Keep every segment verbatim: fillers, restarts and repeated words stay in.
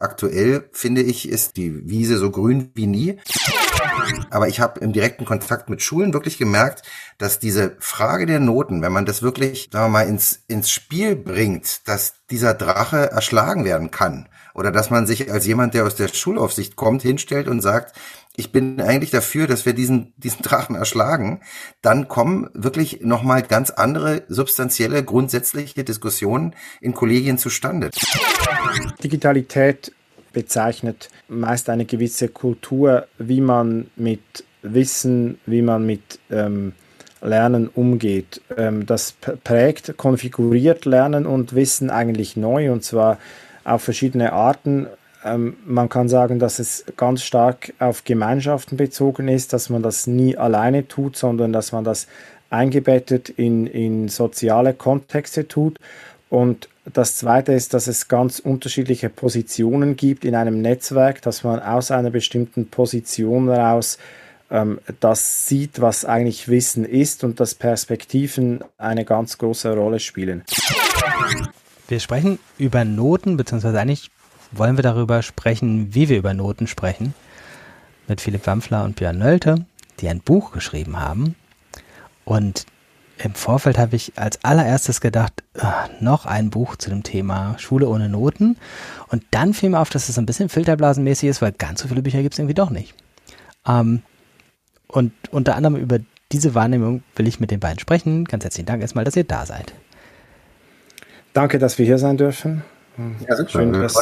aktuell, finde ich, ist die Wiese so grün wie nie. Aber ich habe im direkten Kontakt mit Schulen wirklich gemerkt, dass diese Frage der Noten, wenn man das wirklich, sagen wir mal, ins, ins Spiel bringt, dass dieser Drache erschlagen werden kann. Oder dass man sich als jemand, der aus der Schulaufsicht kommt, hinstellt und sagt, ich bin eigentlich dafür, dass wir diesen, diesen Drachen erschlagen, dann kommen wirklich nochmal ganz andere substanzielle, grundsätzliche Diskussionen in Kollegien zustande. Digitalität bezeichnet meist eine gewisse Kultur, wie man mit Wissen, wie man mit ähm, Lernen umgeht. Ähm, das prägt, konfiguriert Lernen und Wissen eigentlich neu, und zwar auf verschiedene Arten. Ähm, man kann sagen, dass es ganz stark auf Gemeinschaften bezogen ist, dass man das nie alleine tut, sondern dass man das eingebettet in, in soziale Kontexte tut. Und das Zweite ist, dass es ganz unterschiedliche Positionen gibt in einem Netzwerk, dass man aus einer bestimmten Position heraus ähm, das sieht, was eigentlich Wissen ist, und dass Perspektiven eine ganz große Rolle spielen. Wir sprechen über Noten, beziehungsweise eigentlich wollen wir darüber sprechen, wie wir über Noten sprechen, mit Philipp Wampfler und Björn Nölte, die ein Buch geschrieben haben. Und im Vorfeld habe ich als allererstes gedacht, ach, noch ein Buch zu dem Thema Schule ohne Noten. Und dann fiel mir auf, dass es ein bisschen filterblasenmäßig ist, weil ganz so viele Bücher gibt es irgendwie doch nicht. Ähm, und unter anderem über diese Wahrnehmung will ich mit den beiden sprechen. Ganz herzlichen Dank erstmal, dass ihr da seid. Danke, dass wir hier sein dürfen. Ja, super. Schön, dass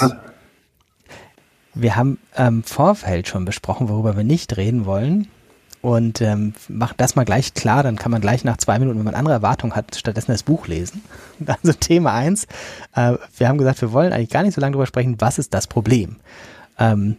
wir haben im ähm, Vorfeld schon besprochen, worüber wir nicht reden wollen. Und ähm, machen das mal gleich klar, dann kann man gleich nach zwei Minuten, wenn man andere Erwartungen hat, stattdessen das Buch lesen. Also Thema eins, äh, wir haben gesagt, wir wollen eigentlich gar nicht so lange darüber sprechen, was ist das Problem. Ähm,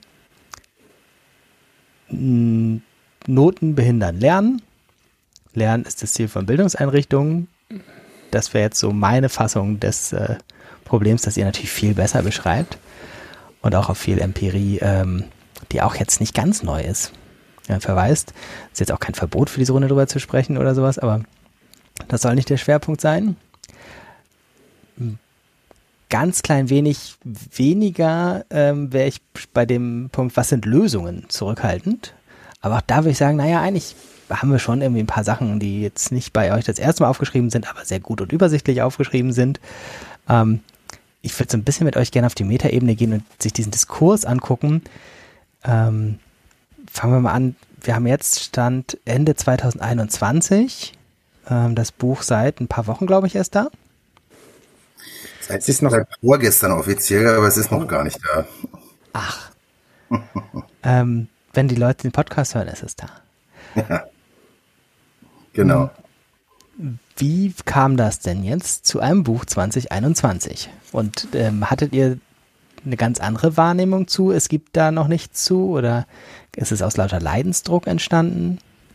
Noten behindern Lernen. Lernen ist das Ziel von Bildungseinrichtungen. Das wäre jetzt so meine Fassung des äh, Problems, das ihr natürlich viel besser beschreibt. Und auch auf viel Empirie, ähm, die auch jetzt nicht ganz neu ist, verweist. Ist jetzt auch kein Verbot für diese Runde drüber zu sprechen oder sowas, aber das soll nicht der Schwerpunkt sein. Ganz klein wenig weniger ähm, wäre ich bei dem Punkt, was sind Lösungen, zurückhaltend. Aber auch da würde ich sagen, naja, eigentlich haben wir schon irgendwie ein paar Sachen, die jetzt nicht bei euch das erste Mal aufgeschrieben sind, aber sehr gut und übersichtlich aufgeschrieben sind. Ähm, ich würde so ein bisschen mit euch gerne auf die Metaebene gehen und sich diesen Diskurs angucken. Ähm, Fangen wir mal an. Wir haben jetzt Stand Ende zwanzig einundzwanzig. Ähm, das Buch seit ein paar Wochen, glaube ich, erst da. Es ist noch vorgestern offiziell, aber es ist noch gar nicht da. Ach. ähm, wenn die Leute den Podcast hören, ist es da. Ja. Genau. Wie kam das denn jetzt zu einem Buch zwanzig einundzwanzig? Und ähm, hattet ihr eine ganz andere Wahrnehmung zu? Es gibt da noch nichts zu? Oder ist es aus lauter Leidensdruck entstanden?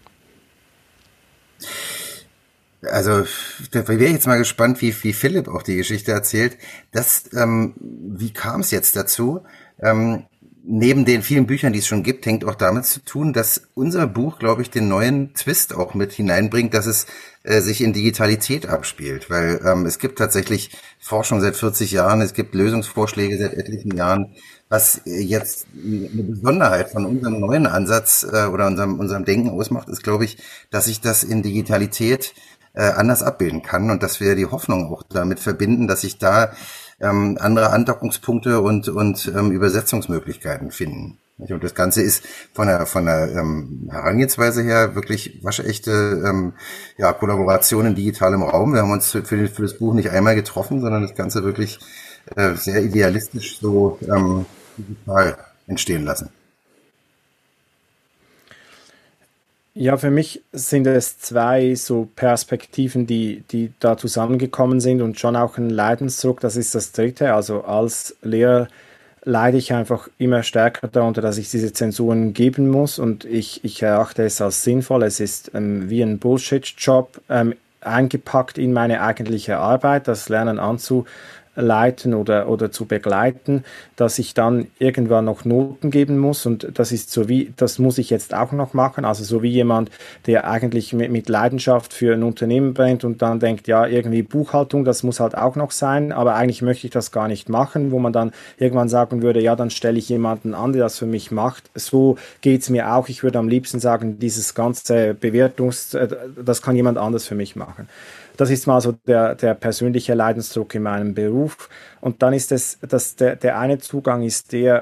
Also, da wäre ich jetzt mal gespannt, wie, wie Philipp auch die Geschichte erzählt. Das, ähm, wie kam es jetzt dazu? Ähm, neben den vielen Büchern, die es schon gibt, hängt auch damit zu tun, dass unser Buch, glaube ich, den neuen Twist auch mit hineinbringt, dass es äh, sich in Digitalität abspielt. Weil ähm, es gibt tatsächlich Forschung seit vierzig Jahren, es gibt Lösungsvorschläge seit etlichen Jahren. Was jetzt eine Besonderheit von unserem neuen Ansatz äh, oder unserem, unserem Denken ausmacht, ist, glaube ich, dass sich das in Digitalität äh, anders abbilden kann und dass wir die Hoffnung auch damit verbinden, dass sich da ähm, andere Andockungspunkte und, und ähm, Übersetzungsmöglichkeiten finden. Und das Ganze ist von der, von der ähm, Herangehensweise her wirklich waschechte ähm, ja, Kollaboration in digitalem Raum. Wir haben uns für, für, für das Buch nicht einmal getroffen, sondern das Ganze wirklich äh, sehr idealistisch so ähm, digital entstehen lassen. Ja, für mich sind es zwei so Perspektiven, die, die da zusammengekommen sind und schon auch ein Leidensdruck. Das ist das Dritte. Also als Lehrer leide ich einfach immer stärker darunter, dass ich diese Zensuren geben muss, und ich, ich erachte es als sinnvoll. Es ist ähm, wie ein Bullshit-Job ähm, eingepackt in meine eigentliche Arbeit, das Lernen anzu leiten oder, oder zu begleiten, dass ich dann irgendwann noch Noten geben muss, und das ist so wie, das muss ich jetzt auch noch machen, also so wie jemand, der eigentlich mit, mit Leidenschaft für ein Unternehmen brennt und dann denkt, ja, irgendwie Buchhaltung, das muss halt auch noch sein, aber eigentlich möchte ich das gar nicht machen, wo man dann irgendwann sagen würde, ja, dann stelle ich jemanden an, der das für mich macht. So geht's mir auch. Ich würde am liebsten sagen, dieses ganze Bewertungs, das kann jemand anders für mich machen. Das ist mal so der, der persönliche Leidensdruck in meinem Beruf. Und dann ist es, dass der, der eine Zugang ist der,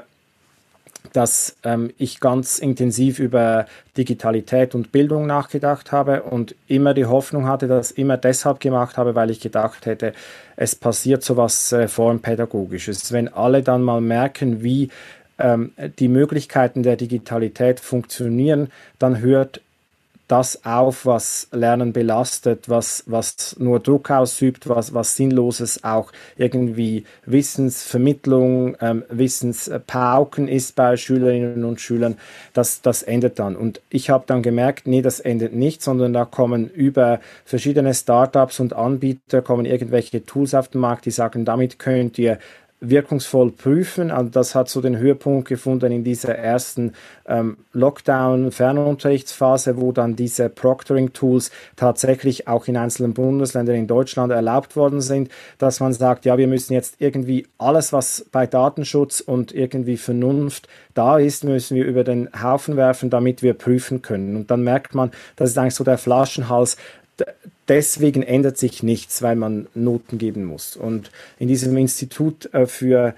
dass ähm, ich ganz intensiv über Digitalität und Bildung nachgedacht habe und immer die Hoffnung hatte, dass ich immer deshalb gemacht habe, weil ich gedacht hätte, es passiert so was Reformpädagogisches. Wenn alle dann mal merken, wie ähm, die Möglichkeiten der Digitalität funktionieren, dann hört das auf, was Lernen belastet, was, was nur Druck ausübt, was, was Sinnloses auch irgendwie Wissensvermittlung, ähm, Wissenspauken ist bei Schülerinnen und Schülern, das, das endet dann. Und ich habe dann gemerkt, nee, das endet nicht, sondern da kommen über verschiedene Startups und Anbieter, kommen irgendwelche Tools auf den Markt, die sagen, damit könnt ihr wirkungsvoll prüfen. Also das hat so den Höhepunkt gefunden in dieser ersten ähm, Lockdown-Fernunterrichtsphase, wo dann diese Proctoring-Tools tatsächlich auch in einzelnen Bundesländern in Deutschland erlaubt worden sind, dass man sagt, ja, wir müssen jetzt irgendwie alles, was bei Datenschutz und irgendwie Vernunft da ist, müssen wir über den Haufen werfen, damit wir prüfen können. Und dann merkt man, das ist eigentlich so der Flaschenhals. Deswegen ändert sich nichts, weil man Noten geben muss. Und in diesem Institut äh, für,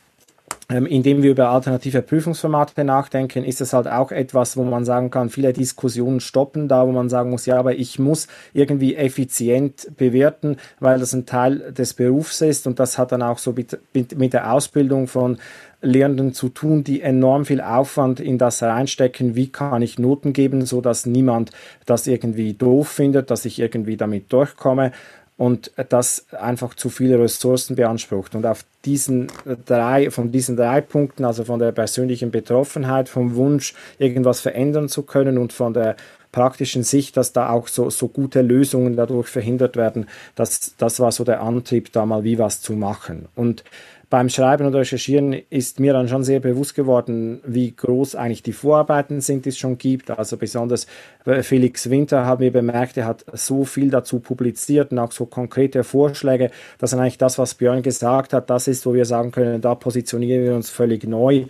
ähm, in dem wir über alternative Prüfungsformate nachdenken, ist es halt auch etwas, wo man sagen kann, viele Diskussionen stoppen da, wo man sagen muss, ja, aber ich muss irgendwie effizient bewerten, weil das ein Teil des Berufs ist, und das hat dann auch so mit, mit, mit der Ausbildung von Lehrenden zu tun, die enorm viel Aufwand in das reinstecken, wie kann ich Noten geben, so dass niemand das irgendwie doof findet, dass ich irgendwie damit durchkomme, und das einfach zu viele Ressourcen beansprucht. Und auf diesen drei, von diesen drei Punkten, also von der persönlichen Betroffenheit, vom Wunsch, irgendwas verändern zu können, und von der praktischen Sicht, dass da auch so, so gute Lösungen dadurch verhindert werden, das, das war so der Antrieb, da mal wie was zu machen. Und beim Schreiben und Recherchieren ist mir dann schon sehr bewusst geworden, wie groß eigentlich die Vorarbeiten sind, die es schon gibt. Also besonders Felix Winter haben wir bemerkt, er hat so viel dazu publiziert und auch so konkrete Vorschläge, dass dann eigentlich das, was Björn gesagt hat, das ist, wo wir sagen können, da positionieren wir uns völlig neu.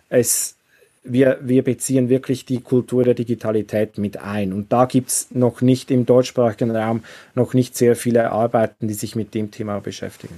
Es Wir, wir beziehen wirklich die Kultur der Digitalität mit ein. Und da gibt es noch nicht im deutschsprachigen Raum noch nicht sehr viele Arbeiten, die sich mit dem Thema beschäftigen.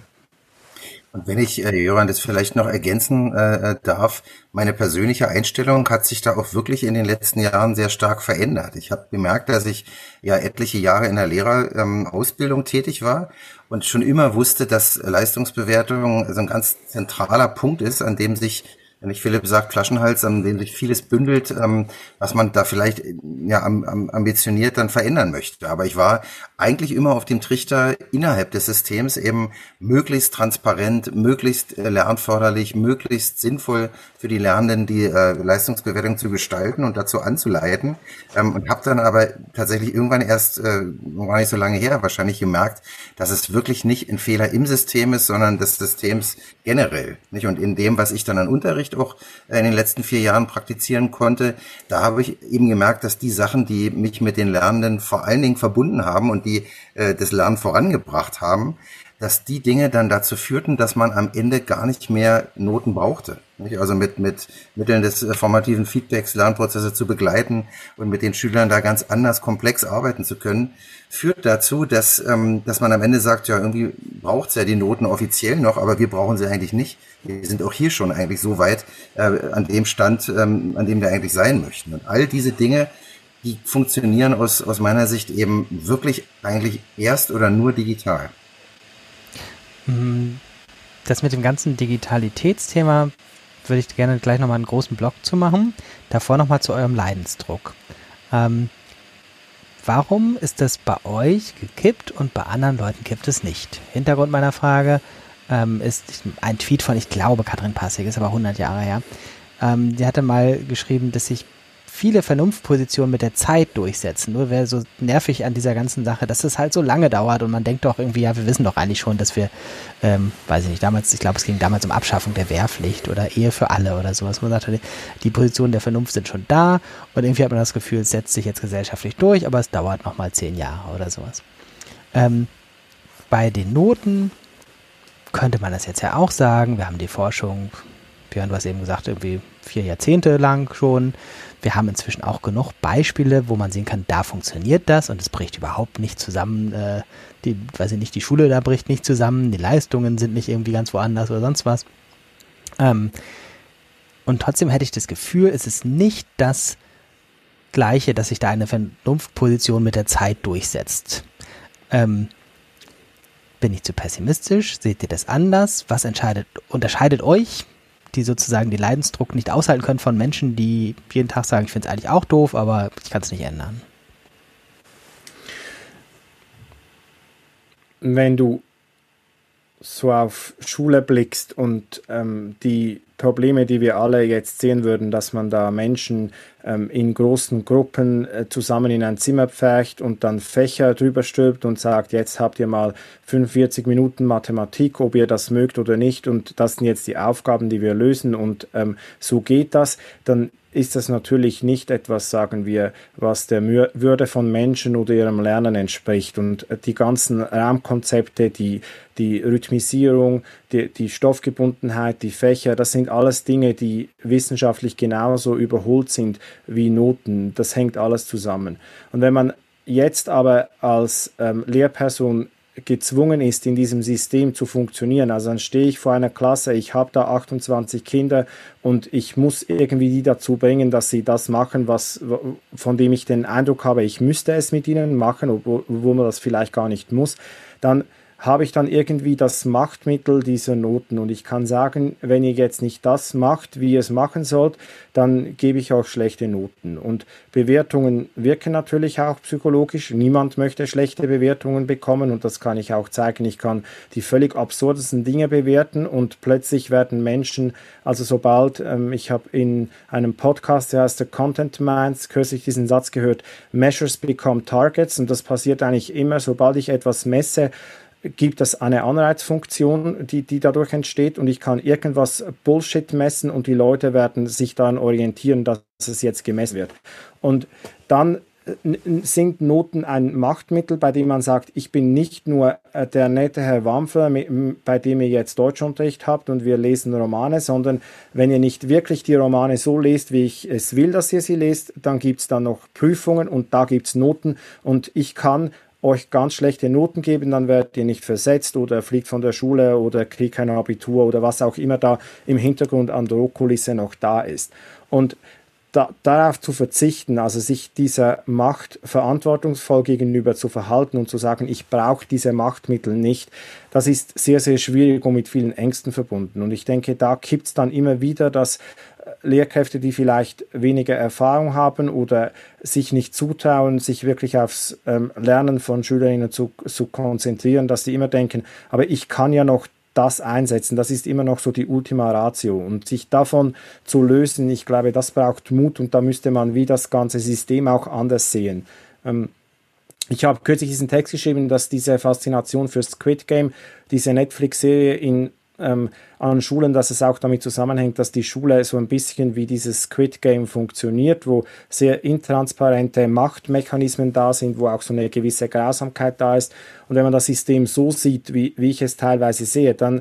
Und wenn ich, äh, Jöran, das vielleicht noch ergänzen äh, darf, meine persönliche Einstellung hat sich da auch wirklich in den letzten Jahren sehr stark verändert. Ich habe gemerkt, dass ich ja etliche Jahre in der Lehrerausbildung ähm, tätig war und schon immer wusste, dass Leistungsbewertung so ein ganz zentraler Punkt ist, an dem sich, wenn ich Philipp sagt, Flaschenhals, an dem sich vieles bündelt, ähm, was man da vielleicht ja am, am, ambitioniert dann verändern möchte. Aber ich war eigentlich immer auf dem Trichter innerhalb des Systems eben möglichst transparent, möglichst äh, lernförderlich, möglichst sinnvoll für die Lernenden die äh, Leistungsbewertung zu gestalten und dazu anzuleiten. Ähm, und habe dann aber tatsächlich irgendwann erst, äh, war nicht so lange her, wahrscheinlich gemerkt, dass es wirklich nicht ein Fehler im System ist, sondern des Systems generell. Nicht? Und in dem, was ich dann an Unterricht auch in den letzten vier Jahren praktizieren konnte, da habe ich eben gemerkt, dass die Sachen, die mich mit den Lernenden vor allen Dingen verbunden haben und die äh, das Lernen vorangebracht haben, dass die Dinge dann dazu führten, dass man am Ende gar nicht mehr Noten brauchte. Nicht? Also mit, mit Mitteln des äh, formativen Feedbacks Lernprozesse zu begleiten und mit den Schülern da ganz anders komplex arbeiten zu können, führt dazu, dass, ähm, dass man am Ende sagt, ja, irgendwie braucht's ja die Noten offiziell noch, aber wir brauchen sie eigentlich nicht. Wir sind auch hier schon eigentlich so weit äh, an dem Stand, ähm, an dem wir eigentlich sein möchten. Und all diese Dinge, die funktionieren aus, aus meiner Sicht eben wirklich eigentlich erst oder nur digital. Das mit dem ganzen Digitalitätsthema würde ich gerne gleich nochmal einen großen Block zu machen. Davor nochmal zu eurem Leidensdruck. Ähm, warum ist das bei euch gekippt und bei anderen Leuten kippt es nicht? Hintergrund meiner Frage ähm, ist ein Tweet von, ich glaube, Katrin Passig, ist aber hundert Jahre her. Ähm, die hatte mal geschrieben, dass sich viele Vernunftpositionen mit der Zeit durchsetzen. Nur wäre so nervig an dieser ganzen Sache, dass es halt so lange dauert und man denkt doch irgendwie, ja, wir wissen doch eigentlich schon, dass wir, ähm, weiß ich nicht, damals, ich glaube, es ging damals um Abschaffung der Wehrpflicht oder Ehe für alle oder sowas. Man sagte, die Positionen der Vernunft sind schon da und irgendwie hat man das Gefühl, es setzt sich jetzt gesellschaftlich durch, aber es dauert nochmal zehn Jahre oder sowas. Ähm, bei den Noten könnte man das jetzt ja auch sagen. Wir haben die Forschung, Björn, du hast eben gesagt, irgendwie vier Jahrzehnte lang schon. Wir haben inzwischen auch genug Beispiele, wo man sehen kann, da funktioniert das und es bricht überhaupt nicht zusammen. Äh, die, weiß ich nicht, die Schule da bricht nicht zusammen, die Leistungen sind nicht irgendwie ganz woanders oder sonst was. Ähm, und trotzdem hätte ich das Gefühl, es ist nicht das Gleiche, dass sich da eine Vernunftposition mit der Zeit durchsetzt. Ähm, bin ich zu pessimistisch? Seht ihr das anders? Was entscheidet, unterscheidet euch, die sozusagen den Leidensdruck nicht aushalten können, von Menschen, die jeden Tag sagen, ich finde es eigentlich auch doof, aber ich kann es nicht ändern? Wenn du so auf Schule blickst und ähm, die Probleme, die wir alle jetzt sehen würden, dass man da Menschen ähm, in großen Gruppen äh, zusammen in ein Zimmer pfercht und dann Fächer drüber stülpt und sagt, jetzt habt ihr mal fünfundvierzig Minuten Mathematik, ob ihr das mögt oder nicht und das sind jetzt die Aufgaben, die wir lösen und ähm, so geht das, dann ist das natürlich nicht etwas, sagen wir, was der Würde von Menschen oder ihrem Lernen entspricht. Und die ganzen Raumkonzepte, die, die Rhythmisierung, die, die Stoffgebundenheit, die Fächer, das sind alles Dinge, die wissenschaftlich genauso überholt sind wie Noten. Das hängt alles zusammen. Und wenn man jetzt aber als ähm, Lehrperson gezwungen ist, in diesem System zu funktionieren. Also dann stehe ich vor einer Klasse, ich habe da achtundzwanzig Kinder und ich muss irgendwie die dazu bringen, dass sie das machen, was, von dem ich den Eindruck habe, ich müsste es mit ihnen machen, obwohl, obwohl man das vielleicht gar nicht muss. Dann habe ich dann irgendwie das Machtmittel dieser Noten und ich kann sagen, wenn ihr jetzt nicht das macht, wie ihr es machen sollt, dann gebe ich auch schlechte Noten. Und Bewertungen wirken natürlich auch psychologisch. Niemand möchte schlechte Bewertungen bekommen und das kann ich auch zeigen. Ich kann die völlig absurdesten Dinge bewerten und plötzlich werden Menschen, also sobald, ähm, ich habe in einem Podcast, der heißt The Content Minds, kürzlich diesen Satz gehört, Measures become targets und das passiert eigentlich immer, sobald ich etwas messe, gibt es eine Anreizfunktion, die, die dadurch entsteht und ich kann irgendwas Bullshit messen und die Leute werden sich daran orientieren, dass es jetzt gemessen wird. Und dann sind Noten ein Machtmittel, bei dem man sagt, ich bin nicht nur der nette Herr Wampfler, bei dem ihr jetzt Deutschunterricht habt und wir lesen Romane, sondern wenn ihr nicht wirklich die Romane so lest, wie ich es will, dass ihr sie lest, dann gibt es dann noch Prüfungen und da gibt es Noten und ich kann euch ganz schlechte Noten geben, dann werdet ihr nicht versetzt oder fliegt von der Schule oder kriegt kein Abitur oder was auch immer da im Hintergrund an Drohkulisse noch da ist. Und da, darauf zu verzichten, also sich dieser Macht verantwortungsvoll gegenüber zu verhalten und zu sagen, ich brauche diese Machtmittel nicht, das ist sehr, sehr schwierig und mit vielen Ängsten verbunden. Und ich denke, da kippt es dann immer wieder, dass Lehrkräfte, die vielleicht weniger Erfahrung haben oder sich nicht zutrauen, sich wirklich aufs ähm, Lernen von Schülerinnen zu, zu konzentrieren, dass sie immer denken, aber ich kann ja noch das einsetzen, das ist immer noch so die Ultima Ratio und sich davon zu lösen, ich glaube, das braucht Mut und da müsste man wie das ganze System auch anders sehen. Ähm, Ich habe kürzlich diesen Text geschrieben, dass diese Faszination für Squid Game, diese Netflix-Serie in ähm, an Schulen, dass es auch damit zusammenhängt, dass die Schule so ein bisschen wie dieses Squid Game funktioniert, wo sehr intransparente Machtmechanismen da sind, wo auch so eine gewisse Grausamkeit da ist. Und wenn man das System so sieht, wie, wie ich es teilweise sehe, dann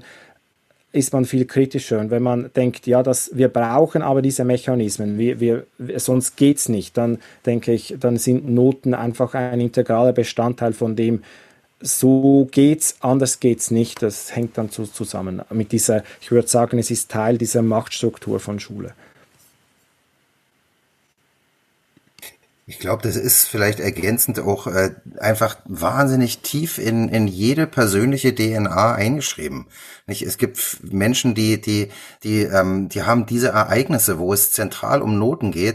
ist man viel kritischer. Und wenn man denkt, ja, das, wir brauchen aber diese Mechanismen, wir, wir, sonst geht's nicht, dann denke ich, dann sind Noten einfach ein integraler Bestandteil von dem, so geht's, anders geht's nicht. Das hängt dann so zusammen mit dieser, ich würde sagen, es ist Teil dieser Machtstruktur von Schule. Ich glaube, das ist vielleicht ergänzend auch äh, einfach wahnsinnig tief in in jede persönliche D N A eingeschrieben. Nicht? Es gibt Menschen, die die die ähm, die haben diese Ereignisse, wo es zentral um Noten geht.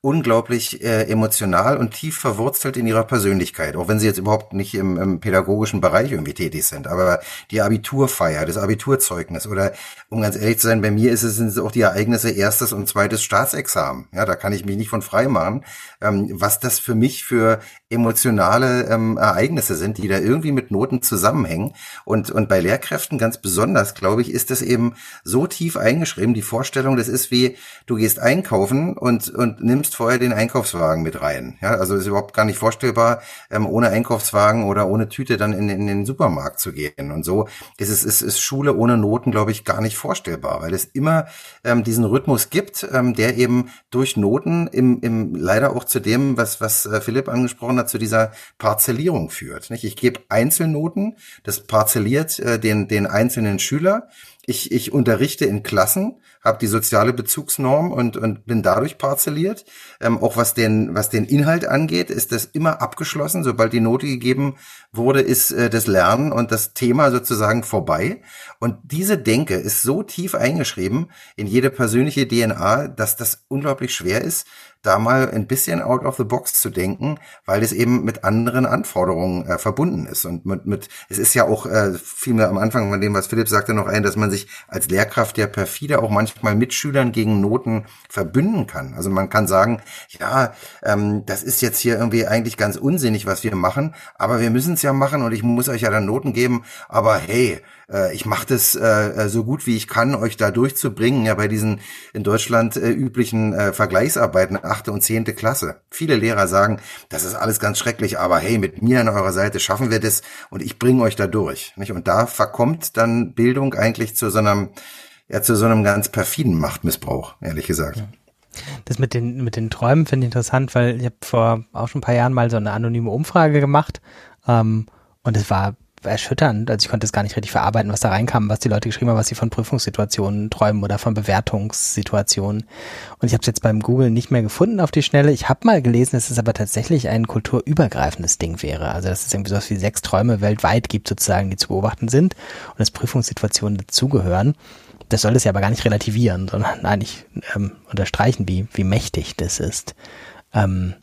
unglaublich äh, emotional und tief verwurzelt in ihrer Persönlichkeit, auch wenn sie jetzt überhaupt nicht im, im pädagogischen Bereich irgendwie tätig sind. Aber die Abiturfeier, das Abiturzeugnis oder, um ganz ehrlich zu sein, bei mir ist es, sind es auch die Ereignisse erstes und zweites Staatsexamen. Ja, da kann ich mich nicht von frei machen, ähm, was das für mich für emotionale ähm, Ereignisse sind, die da irgendwie mit Noten zusammenhängen. Und, und bei Lehrkräften ganz besonders, glaube ich, ist das eben so tief eingeschrieben, die Vorstellung, das ist wie, du gehst einkaufen und, und nimmst vorher den Einkaufswagen mit rein. Ja, also ist überhaupt gar nicht vorstellbar, ähm, ohne Einkaufswagen oder ohne Tüte dann in, in den Supermarkt zu gehen. Und so ist es, ist, ist Schule ohne Noten, glaube ich, gar nicht vorstellbar, weil es immer ähm, diesen Rhythmus gibt, ähm, der eben durch Noten im, im leider auch zu dem, was, was äh, Philipp angesprochen hat, zu dieser Parzellierung führt. Nicht? Ich gebe Einzelnoten, das parzelliert äh, den, den einzelnen Schüler. Ich, ich unterrichte in Klassen, habe die soziale Bezugsnorm und, und bin dadurch parzelliert. Ähm, auch was den, was den Inhalt angeht, ist das immer abgeschlossen. Sobald die Note gegeben wurde, ist äh, das Lernen und das Thema sozusagen vorbei. Und diese Denke ist so tief eingeschrieben in jede persönliche D N A, dass das unglaublich schwer ist, da mal ein bisschen out of the box zu denken, weil es eben mit anderen Anforderungen äh, verbunden ist. Und mit, mit, es ist ja auch, äh, fiel mir am Anfang von dem, was Philipp sagte, noch ein, dass man sich als Lehrkraft ja perfide auch manchmal mit Schülern gegen Noten verbünden kann. Also man kann sagen, ja, ähm, das ist jetzt hier irgendwie eigentlich ganz unsinnig, was wir machen, aber wir müssen es ja machen und ich muss euch ja dann Noten geben, aber hey, äh, ich mache das äh, so gut wie ich kann, euch da durchzubringen, ja bei diesen in Deutschland äh, üblichen äh, Vergleichsarbeiten, achte und zehnte Klasse. Viele Lehrer sagen, das ist alles ganz schrecklich, aber hey, mit mir an eurer Seite schaffen wir das und ich bringe euch da durch. Nicht? Und da verkommt dann Bildung eigentlich zu so einem, ja, zu so einem ganz perfiden Machtmissbrauch, ehrlich gesagt. Ja. Das mit den, mit den Träumen finde ich interessant, weil ich habe vor auch schon ein paar Jahren mal so eine anonyme Umfrage gemacht ähm, und es war erschütternd, also ich konnte es gar nicht richtig verarbeiten, was da reinkam, was die Leute geschrieben haben, was sie von Prüfungssituationen träumen oder von Bewertungssituationen. Und ich habe es jetzt beim Google nicht mehr gefunden auf die Schnelle. Ich habe mal gelesen, dass es aber tatsächlich ein kulturübergreifendes Ding wäre. Also dass es irgendwie so wie sechs Träume weltweit gibt sozusagen, die zu beobachten sind und dass Prüfungssituationen dazugehören. Das soll es ja aber gar nicht relativieren, sondern eigentlich ähm, unterstreichen, wie, wie mächtig das ist. Ähm,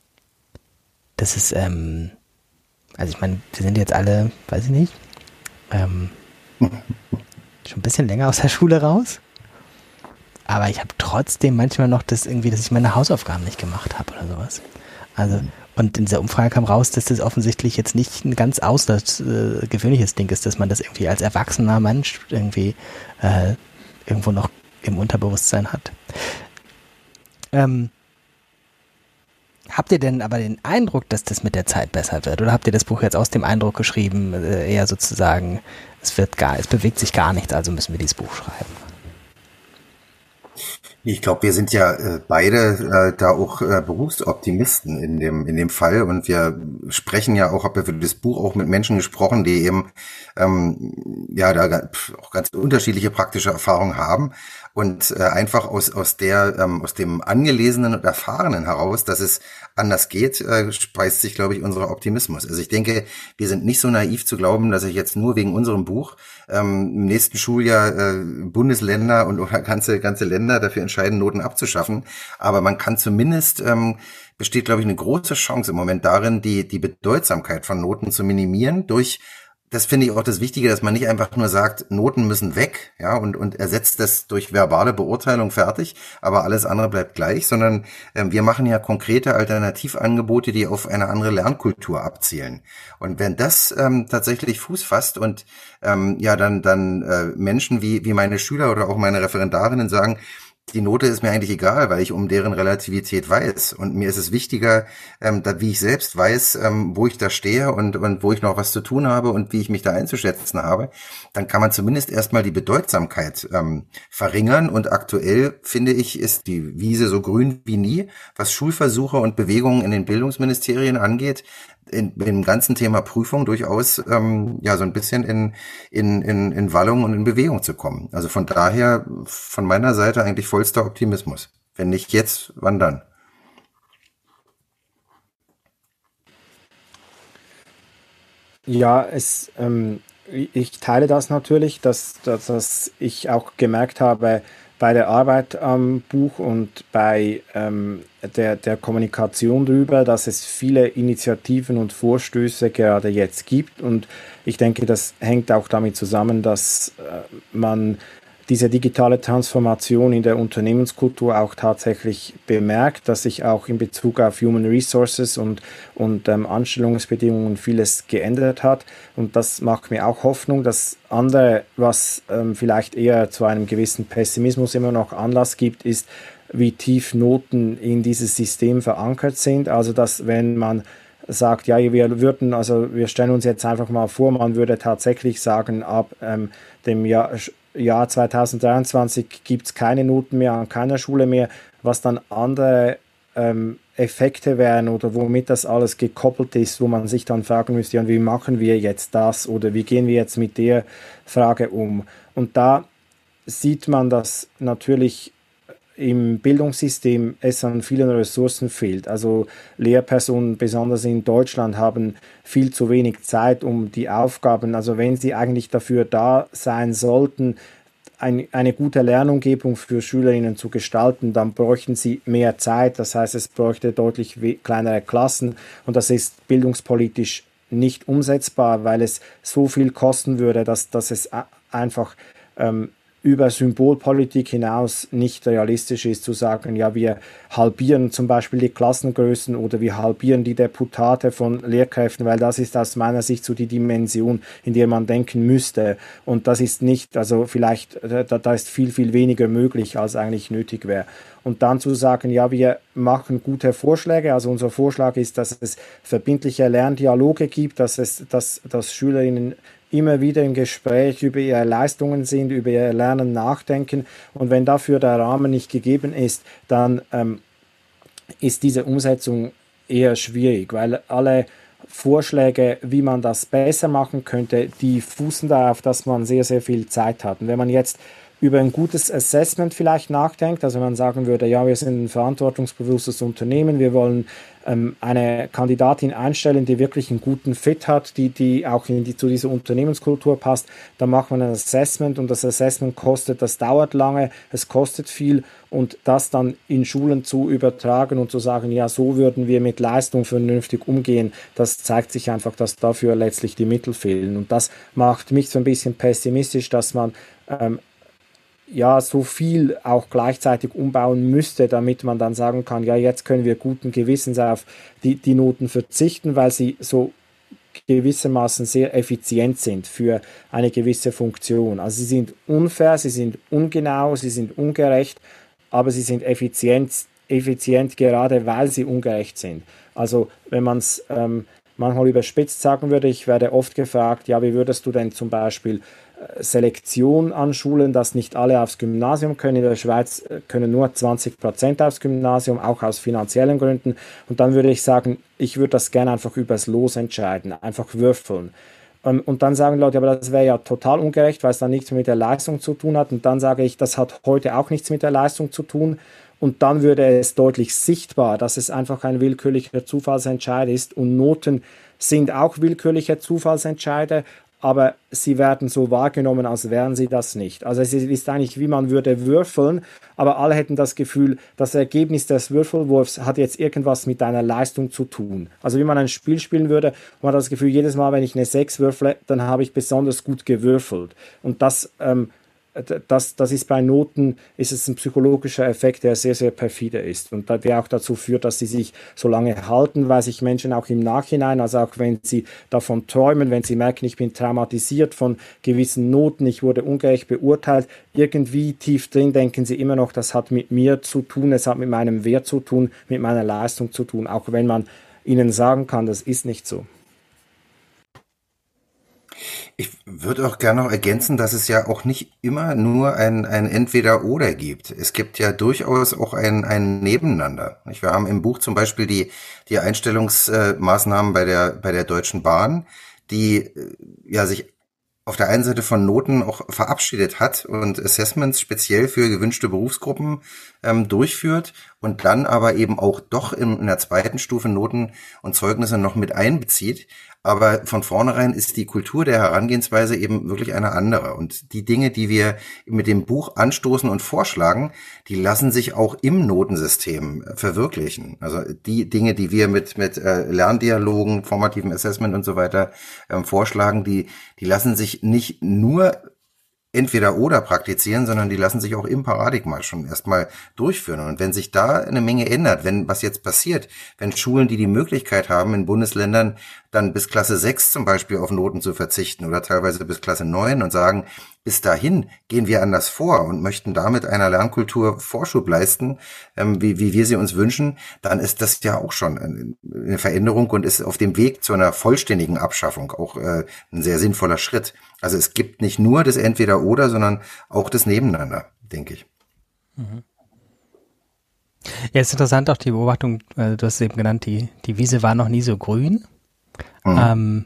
das ist, ähm, also ich meine, wir sind jetzt alle, weiß ich nicht, ähm, schon ein bisschen länger aus der Schule raus. Aber ich habe trotzdem manchmal noch das irgendwie, dass ich meine Hausaufgaben nicht gemacht habe oder sowas. Also, und in dieser Umfrage kam raus, dass das offensichtlich jetzt nicht ein ganz außergewöhnliches Ding ist, dass man das irgendwie als erwachsener Mensch irgendwie äh, irgendwo noch im Unterbewusstsein hat. Ähm, Habt ihr denn aber den Eindruck, dass das mit der Zeit besser wird? Oder habt ihr das Buch jetzt aus dem Eindruck geschrieben, äh, eher sozusagen, es wird gar, es bewegt sich gar nichts, also müssen wir dieses Buch schreiben? Ich glaube, wir sind ja äh, beide äh, da auch äh, Berufsoptimisten in dem in dem Fall und wir sprechen ja auch, habe ja für das Buch auch mit Menschen gesprochen, die eben ähm, ja da auch ganz unterschiedliche praktische Erfahrungen haben und äh, einfach aus aus der ähm, aus dem Angelesenen und Erfahrenen heraus, dass es anders geht, äh, speist sich, glaube ich, unser Optimismus. Also ich denke, wir sind nicht so naiv zu glauben, dass ich jetzt nur wegen unserem Buch ähm, im nächsten Schuljahr äh, Bundesländer und oder ganze ganze Länder dafür entscheiden, Noten abzuschaffen. Aber man kann zumindest, ähm, besteht, glaube ich, eine große Chance im Moment darin, die die Bedeutsamkeit von Noten zu minimieren durch, das finde ich auch das Wichtige, dass man nicht einfach nur sagt, Noten müssen weg, ja, und und ersetzt das durch verbale Beurteilung fertig, aber alles andere bleibt gleich, sondern ähm, wir machen ja konkrete Alternativangebote, die auf eine andere Lernkultur abzielen. Und wenn das ähm, tatsächlich Fuß fasst und ähm, ja dann dann äh, Menschen wie wie meine Schüler oder auch meine Referendarinnen sagen, die Note ist mir eigentlich egal, weil ich um deren Relativität weiß. Und mir ist es wichtiger, ähm, da, wie ich selbst weiß, ähm, wo ich da stehe und, und wo ich noch was zu tun habe und wie ich mich da einzuschätzen habe. Dann kann man zumindest erstmal die Bedeutsamkeit ähm, verringern. Und aktuell, finde ich, ist die Wiese so grün wie nie, was Schulversuche und Bewegungen in den Bildungsministerien angeht. In, in dem ganzen Thema Prüfung durchaus ähm, ja so ein bisschen in, in, in, in Wallung und in Bewegung zu kommen. Also von daher von meiner Seite eigentlich vollster Optimismus. Wenn nicht jetzt, wann dann? Ja, es, ähm, ich teile das natürlich, dass, dass, dass ich auch gemerkt habe, bei der Arbeit am Buch und bei ähm, der, der Kommunikation darüber, dass es viele Initiativen und Vorstöße gerade jetzt gibt. Und ich denke, das hängt auch damit zusammen, dass äh, man diese digitale Transformation in der Unternehmenskultur auch tatsächlich bemerkt, dass sich auch in Bezug auf Human Resources und, und ähm, Anstellungsbedingungen vieles geändert hat. Und das macht mir auch Hoffnung. Das andere, was ähm, vielleicht eher zu einem gewissen Pessimismus immer noch Anlass gibt, ist, wie tief Noten in dieses System verankert sind. Also, dass wenn man sagt, ja, wir würden, also wir stellen uns jetzt einfach mal vor, man würde tatsächlich sagen, ab ähm, dem Jahr Jahr zweitausenddreiundzwanzig gibt es keine Noten mehr an keiner Schule mehr, was dann andere ähm, Effekte wären oder womit das alles gekoppelt ist, wo man sich dann fragen müsste, ja, wie machen wir jetzt das oder wie gehen wir jetzt mit der Frage um? Und da sieht man, dass natürlich im Bildungssystem es an vielen Ressourcen fehlt. Also Lehrpersonen, besonders in Deutschland, haben viel zu wenig Zeit, um die Aufgaben, also wenn sie eigentlich dafür da sein sollten, ein, eine gute Lernumgebung für Schülerinnen zu gestalten, dann bräuchten sie mehr Zeit. Das heißt, es bräuchte deutlich kleinere Klassen und das ist bildungspolitisch nicht umsetzbar, weil es so viel kosten würde, dass, dass es einfach ähm, über Symbolpolitik hinaus nicht realistisch ist, zu sagen, ja, wir halbieren zum Beispiel die Klassengrößen oder wir halbieren die Deputate von Lehrkräften, weil das ist aus meiner Sicht so die Dimension, in der man denken müsste. Und das ist nicht, also vielleicht, da, da ist viel, viel weniger möglich, als eigentlich nötig wäre. Und dann zu sagen, ja, wir machen gute Vorschläge. Also unser Vorschlag ist, dass es verbindliche Lerndialoge gibt, dass es, dass, dass Schülerinnen immer wieder im Gespräch über ihre Leistungen sind, über ihr Lernen nachdenken. Und wenn dafür der Rahmen nicht gegeben ist, dann ähm, ist diese Umsetzung eher schwierig, weil alle Vorschläge, wie man das besser machen könnte, die fußen darauf, dass man sehr, sehr viel Zeit hat. Und wenn man jetzt über ein gutes Assessment vielleicht nachdenkt, also man sagen würde, ja, wir sind ein verantwortungsbewusstes Unternehmen, wir wollen ähm, eine Kandidatin einstellen, die wirklich einen guten Fit hat, die, die auch in die, zu dieser Unternehmenskultur passt, dann macht man ein Assessment und das Assessment kostet, das dauert lange, es kostet viel und das dann in Schulen zu übertragen und zu sagen, ja, so würden wir mit Leistung vernünftig umgehen, das zeigt sich einfach, dass dafür letztlich die Mittel fehlen und das macht mich so ein bisschen pessimistisch, dass man ähm, ja, so viel auch gleichzeitig umbauen müsste, damit man dann sagen kann, ja, jetzt können wir guten Gewissens auf die, die Noten verzichten, weil sie so gewissermaßen sehr effizient sind für eine gewisse Funktion. Also sie sind unfair, sie sind ungenau, sie sind ungerecht, aber sie sind effizient, effizient gerade, weil sie ungerecht sind. Also wenn man es ähm, manchmal überspitzt sagen würde, ich werde oft gefragt, ja, wie würdest du denn zum Beispiel Selektion an Schulen, dass nicht alle aufs Gymnasium können. In der Schweiz können nur zwanzig Prozent aufs Gymnasium, auch aus finanziellen Gründen. Und dann würde ich sagen, ich würde das gerne einfach übers Los entscheiden, einfach würfeln. Und dann sagen Leute, aber das wäre ja total ungerecht, weil es dann nichts mit der Leistung zu tun hat. Und dann sage ich, das hat heute auch nichts mit der Leistung zu tun. Und dann würde es deutlich sichtbar, dass es einfach ein willkürlicher Zufallsentscheid ist. Und Noten sind auch willkürliche Zufallsentscheide, aber sie werden so wahrgenommen, als wären sie das nicht. Also es ist eigentlich, wie man würde würfeln, aber alle hätten das Gefühl, das Ergebnis des Würfelwurfs hat jetzt irgendwas mit einer Leistung zu tun. Also wie man ein Spiel spielen würde, und man hat das Gefühl, jedes Mal, wenn ich eine sechs würfle, dann habe ich besonders gut gewürfelt. Und das ähm, Das, das ist bei Noten, ist es ein psychologischer Effekt, der sehr, sehr perfide ist und der auch dazu führt, dass sie sich so lange halten, weil sich Menschen auch im Nachhinein, also auch wenn sie davon träumen, wenn sie merken, ich bin traumatisiert von gewissen Noten, ich wurde ungerecht beurteilt, irgendwie tief drin denken sie immer noch, das hat mit mir zu tun, es hat mit meinem Wert zu tun, mit meiner Leistung zu tun, auch wenn man ihnen sagen kann, das ist nicht so. Ich würde auch gerne noch ergänzen, dass es ja auch nicht immer nur ein, ein Entweder-Oder gibt. Es gibt ja durchaus auch ein, ein Nebeneinander. Wir haben im Buch zum Beispiel die, die Einstellungsmaßnahmen bei der, bei der Deutschen Bahn, die ja sich auf der einen Seite von Noten auch verabschiedet hat und Assessments speziell für gewünschte Berufsgruppen ähm, durchführt und dann aber eben auch doch in, in der zweiten Stufe Noten und Zeugnisse noch mit einbezieht. Aber von vornherein ist die Kultur der Herangehensweise eben wirklich eine andere. Und die Dinge, die wir mit dem Buch anstoßen und vorschlagen, die lassen sich auch im Notensystem verwirklichen. Also die Dinge, die wir mit mit äh, Lerndialogen, formativen Assessment und so weiter ähm, vorschlagen, die die lassen sich nicht nur entweder oder praktizieren, sondern die lassen sich auch im Paradigma schon erstmal durchführen. Und wenn sich da eine Menge ändert, wenn was jetzt passiert, wenn Schulen, die die Möglichkeit haben, in Bundesländern dann bis Klasse sechs zum Beispiel auf Noten zu verzichten oder teilweise bis Klasse neun und sagen, bis dahin gehen wir anders vor und möchten damit einer Lernkultur Vorschub leisten, ähm, wie, wie wir sie uns wünschen, dann ist das ja auch schon eine Veränderung und ist auf dem Weg zu einer vollständigen Abschaffung auch äh, ein sehr sinnvoller Schritt. Also es gibt nicht nur das Entweder-Oder, sondern auch das Nebeneinander, denke ich. Mhm. Ja, ist interessant auch die Beobachtung, äh, du hast es eben genannt, die, die Wiese war noch nie so grün. Mhm. Ähm,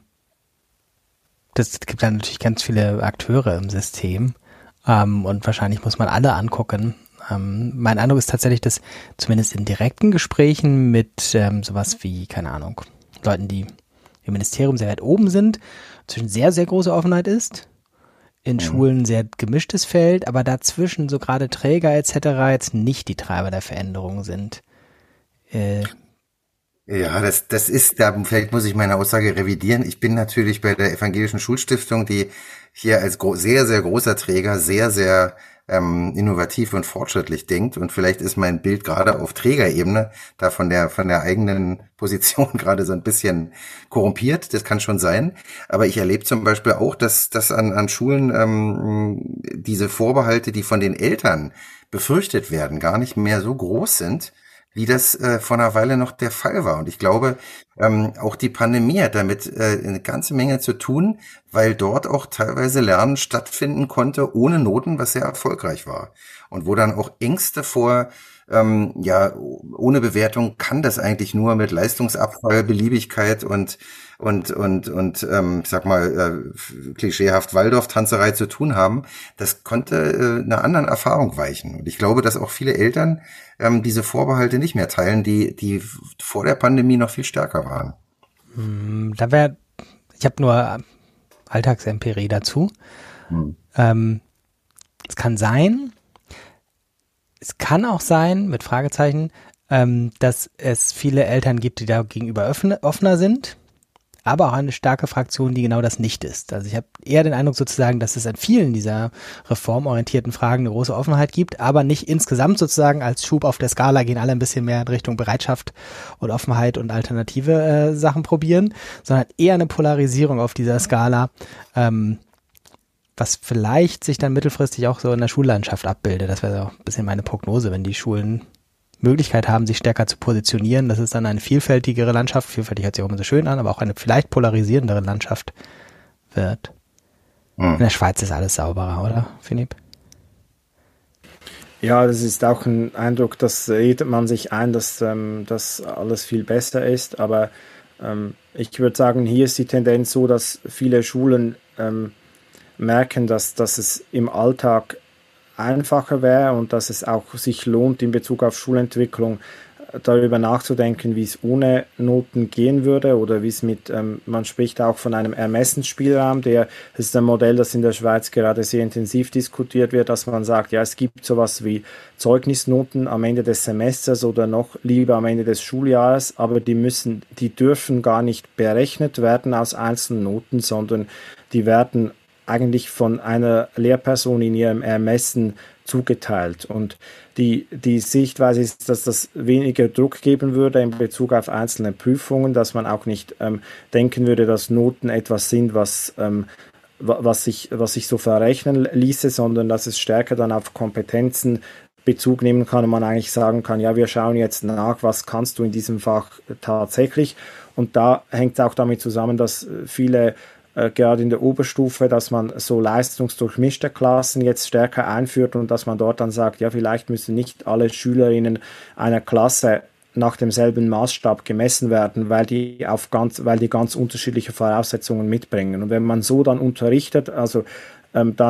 das gibt dann natürlich ganz viele Akteure im System ähm, und wahrscheinlich muss man alle angucken. Ähm, mein Eindruck ist tatsächlich, dass zumindest in direkten Gesprächen mit ähm, sowas wie, keine Ahnung, Leuten, die im Ministerium sehr weit oben sind, zwischen sehr, sehr große Offenheit ist, in mhm. Schulen sehr gemischtes Feld, aber dazwischen so gerade Träger et cetera jetzt nicht die Treiber der Veränderung sind. Äh, Ja, das, das ist, da vielleicht muss ich meine Aussage revidieren. Ich bin natürlich bei der Evangelischen Schulstiftung, die hier als gro- sehr, sehr großer Träger sehr, sehr ähm, innovativ und fortschrittlich denkt. Und vielleicht ist mein Bild gerade auf Trägerebene da von der, von der eigenen Position gerade so ein bisschen korrumpiert. Das kann schon sein. Aber ich erlebe zum Beispiel auch, dass, dass an, an Schulen ähm, diese Vorbehalte, die von den Eltern befürchtet werden, gar nicht mehr so groß sind, wie das äh, vor einer Weile noch der Fall war. Und ich glaube, ähm, auch die Pandemie hat damit äh, eine ganze Menge zu tun, weil dort auch teilweise Lernen stattfinden konnte ohne Noten, was sehr erfolgreich war. Und wo dann auch Ängste vor, ähm, ja, ohne Bewertung kann das eigentlich nur mit Leistungsabfall, Beliebigkeit und und und und ähm, ich sag mal äh, klischeehaft Waldorf-Tanzerei zu tun haben, das konnte äh, einer anderen Erfahrung weichen. Und ich glaube, dass auch viele Eltern ähm, diese Vorbehalte nicht mehr teilen, die die vor der Pandemie noch viel stärker waren. Hm, da wäre, ich habe nur Alltagsempirie dazu. Hm. Ähm, es kann sein, es kann auch sein, mit Fragezeichen, ähm, dass es viele Eltern gibt, die da gegenüber öffne, offener sind, aber auch eine starke Fraktion, die genau das nicht ist. Also ich habe eher den Eindruck sozusagen, dass es an vielen dieser reformorientierten Fragen eine große Offenheit gibt, aber nicht insgesamt sozusagen als Schub auf der Skala gehen alle ein bisschen mehr in Richtung Bereitschaft und Offenheit und alternative äh, Sachen probieren, sondern eher eine Polarisierung auf dieser Skala, ähm, was vielleicht sich dann mittelfristig auch so in der Schullandschaft abbildet. Das wäre auch ein bisschen meine Prognose, wenn die Schulen Möglichkeit haben, sich stärker zu positionieren. Das ist dann eine vielfältigere Landschaft. Vielfältig hört sich auch immer so schön an, aber auch eine vielleicht polarisierendere Landschaft wird. Mhm. In der Schweiz ist alles sauberer, oder, Philipp? Ja, das ist auch ein Eindruck, dass redet man sich ein, dass ähm, das alles viel besser ist. Aber ähm, ich würde sagen, hier ist die Tendenz so, dass viele Schulen ähm, merken, dass, dass es im Alltag einfacher wäre und dass es auch sich lohnt, in Bezug auf Schulentwicklung darüber nachzudenken, wie es ohne Noten gehen würde oder wie es mit, ähm, man spricht auch von einem Ermessensspielraum, der, das ist ein Modell, das in der Schweiz gerade sehr intensiv diskutiert wird, dass man sagt, ja, es gibt sowas wie Zeugnisnoten am Ende des Semesters oder noch lieber am Ende des Schuljahres, aber die müssen, die dürfen gar nicht berechnet werden aus einzelnen Noten, sondern die werden eigentlich von einer Lehrperson in ihrem Ermessen zugeteilt. Und die, die Sichtweise ist, dass das weniger Druck geben würde in Bezug auf einzelne Prüfungen, dass man auch nicht ähm, denken würde, dass Noten etwas sind, was, ähm, was, sich, was sich so verrechnen ließe, sondern dass es stärker dann auf Kompetenzen Bezug nehmen kann und man eigentlich sagen kann, ja, wir schauen jetzt nach, was kannst du in diesem Fach tatsächlich. Und da hängt es auch damit zusammen, dass viele Äh, gerade in der Oberstufe, dass man so leistungsdurchmischte Klassen jetzt stärker einführt und dass man dort dann sagt, ja, vielleicht müssen nicht alle Schülerinnen einer Klasse nach demselben Maßstab gemessen werden, weil die auf ganz, weil die ganz unterschiedliche Voraussetzungen mitbringen. Und wenn man so dann unterrichtet, also ähm, dann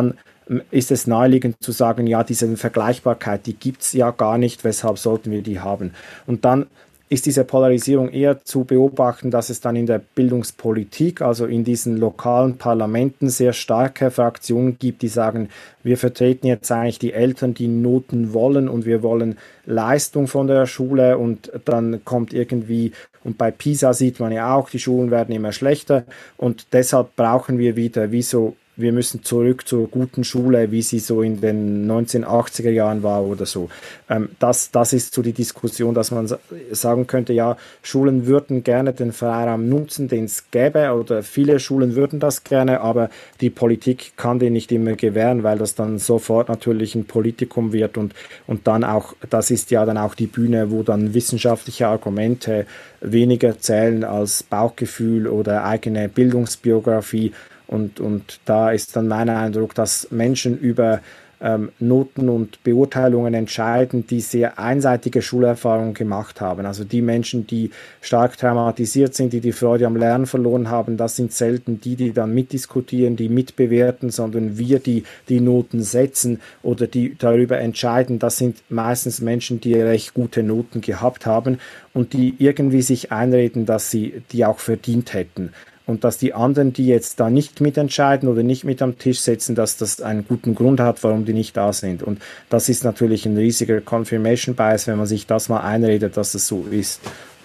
ist es naheliegend zu sagen, ja, diese Vergleichbarkeit, die gibt es ja gar nicht, weshalb sollten wir die haben? Und dann ist diese Polarisierung eher zu beobachten, dass es dann in der Bildungspolitik, also in diesen lokalen Parlamenten, sehr starke Fraktionen gibt, die sagen, wir vertreten jetzt eigentlich die Eltern, die Noten wollen und wir wollen Leistung von der Schule, und dann kommt irgendwie, und bei PISA sieht man ja auch, die Schulen werden immer schlechter und deshalb brauchen wir wieder, wie so, wir müssen zurück zur guten Schule, wie sie so in den neunzehnhundertachtziger Jahren war oder so. Ähm, das, das ist so die Diskussion, dass man sagen könnte, ja, Schulen würden gerne den Freiraum nutzen, den es gäbe, oder viele Schulen würden das gerne, aber die Politik kann den nicht immer gewähren, weil das dann sofort natürlich ein Politikum wird und, und dann auch, das ist ja dann auch die Bühne, wo dann wissenschaftliche Argumente weniger zählen als Bauchgefühl oder eigene Bildungsbiografie. Und, und da ist dann mein Eindruck, dass Menschen über ähm, Noten und Beurteilungen entscheiden, die sehr einseitige Schulerfahrungen gemacht haben. Also die Menschen, die stark traumatisiert sind, die die Freude am Lernen verloren haben, das sind selten die, die dann mitdiskutieren, die mitbewerten, sondern wir, die die Noten setzen oder die darüber entscheiden, das sind meistens Menschen, die recht gute Noten gehabt haben und die irgendwie sich einreden, dass sie die auch verdient hätten. Und dass die anderen, die jetzt da nicht mitentscheiden oder nicht mit am Tisch sitzen, dass das einen guten Grund hat, warum die nicht da sind. Und das ist natürlich ein riesiger Confirmation Bias, wenn man sich das mal einredet, dass es so ist.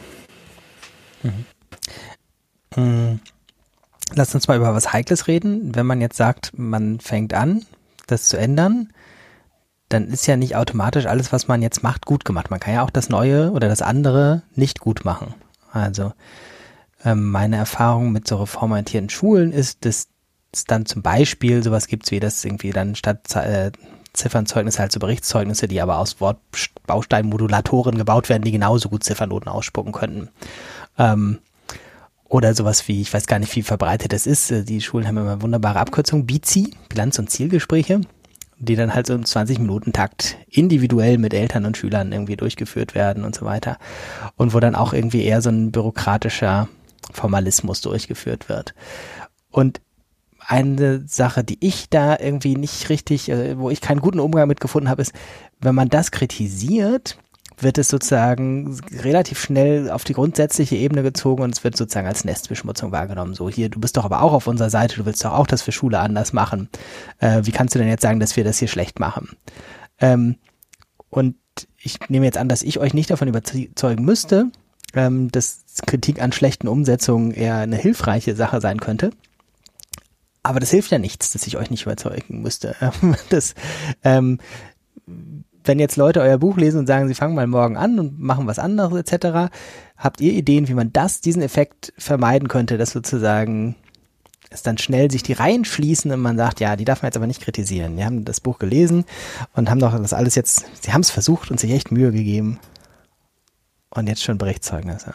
Mhm. Mhm. Lass uns mal über was Heikles reden. Wenn man jetzt sagt, man fängt an, das zu ändern, dann ist ja nicht automatisch alles, was man jetzt macht, gut gemacht. Man kann ja auch das Neue oder das andere nicht gut machen. Also meine Erfahrung mit so reformorientierten Schulen ist, dass es dann zum Beispiel sowas gibt, wie das irgendwie dann statt äh, Ziffernzeugnisse halt so Berichtszeugnisse, die aber aus Wortbausteinmodulatoren gebaut werden, die genauso gut Ziffernoten ausspucken könnten. Ähm, oder sowas wie, ich weiß gar nicht, wie verbreitet das ist, die Schulen haben immer wunderbare Abkürzungen, B I Z I, Bilanz- und Zielgespräche, die dann halt so im zwanzig-Minuten-Takt individuell mit Eltern und Schülern irgendwie durchgeführt werden und so weiter. Und wo dann auch irgendwie eher so ein bürokratischer Formalismus durchgeführt wird. Und eine Sache, die ich da irgendwie nicht richtig, wo ich keinen guten Umgang mit gefunden habe, ist, wenn man das kritisiert, wird es sozusagen relativ schnell auf die grundsätzliche Ebene gezogen und es wird sozusagen als Nestbeschmutzung wahrgenommen. So, hier, du bist doch aber auch auf unserer Seite, du willst doch auch das für Schule anders machen. Äh, wie kannst du denn jetzt sagen, dass wir das hier schlecht machen? Ähm, und ich nehme jetzt an, dass ich euch nicht davon überzeugen müsste, ähm, dass Kritik an schlechten Umsetzungen eher eine hilfreiche Sache sein könnte. Aber das hilft ja nichts, dass ich euch nicht überzeugen müsste. Das, ähm, wenn jetzt Leute euer Buch lesen und sagen, sie fangen mal morgen an und machen was anderes et cetera, habt ihr Ideen, wie man das, diesen Effekt vermeiden könnte, dass sozusagen es dann schnell sich die Reihen schließen und man sagt, ja, die darf man jetzt aber nicht kritisieren. Die haben das Buch gelesen und haben doch das alles jetzt, sie haben es versucht und sich echt Mühe gegeben. Und jetzt schon Berichtszeugnisse.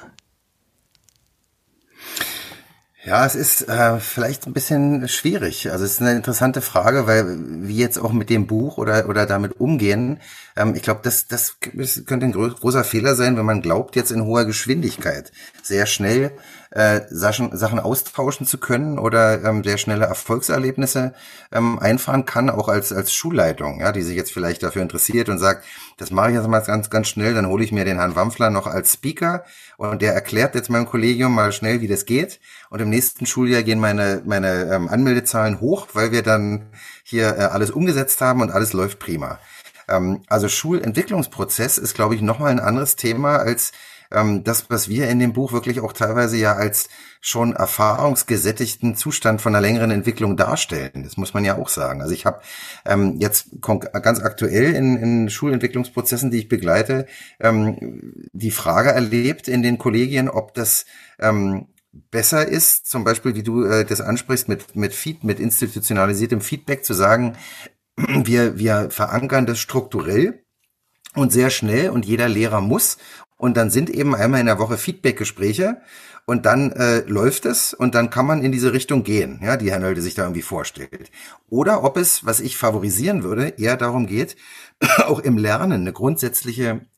Ja, es ist äh, vielleicht ein bisschen schwierig. Also es ist eine interessante Frage, weil wie jetzt auch mit dem Buch oder oder damit umgehen. Ähm, ich glaube, das das könnte ein großer Fehler sein, wenn man glaubt, jetzt in hoher Geschwindigkeit sehr schnell äh, Sachen, Sachen austauschen zu können oder ähm, sehr schnelle Erfolgserlebnisse ähm, einfahren kann, auch als als Schulleitung, ja, die sich jetzt vielleicht dafür interessiert und sagt, das mache ich jetzt mal ganz ganz schnell, dann hole ich mir den Herrn Wampfler noch als Speaker und der erklärt jetzt meinem Kollegium mal schnell, wie das geht. Und im nächsten Schuljahr gehen meine meine ähm, Anmeldezahlen hoch, weil wir dann hier äh, alles umgesetzt haben und alles läuft prima. Ähm, also Schulentwicklungsprozess ist, glaube ich, nochmal ein anderes Thema als ähm, das, was wir in dem Buch wirklich auch teilweise ja als schon erfahrungsgesättigten Zustand von einer längeren Entwicklung darstellen. Das muss man ja auch sagen. Also ich habe ähm, jetzt ganz aktuell in, in Schulentwicklungsprozessen, die ich begleite, ähm, die Frage erlebt in den Kollegien, ob das ähm, besser ist, zum Beispiel, wie du äh, das ansprichst, mit mit Feed, mit institutionalisiertem Feedback zu sagen, wir wir verankern das strukturell und sehr schnell und jeder Lehrer muss und dann sind eben einmal in der Woche Feedbackgespräche und dann äh, läuft es und dann kann man in diese Richtung gehen, ja, die Herr Nölde sich da irgendwie vorstellt. Oder ob es, was ich favorisieren würde, eher darum geht, auch im Lernen eine grundsätzliche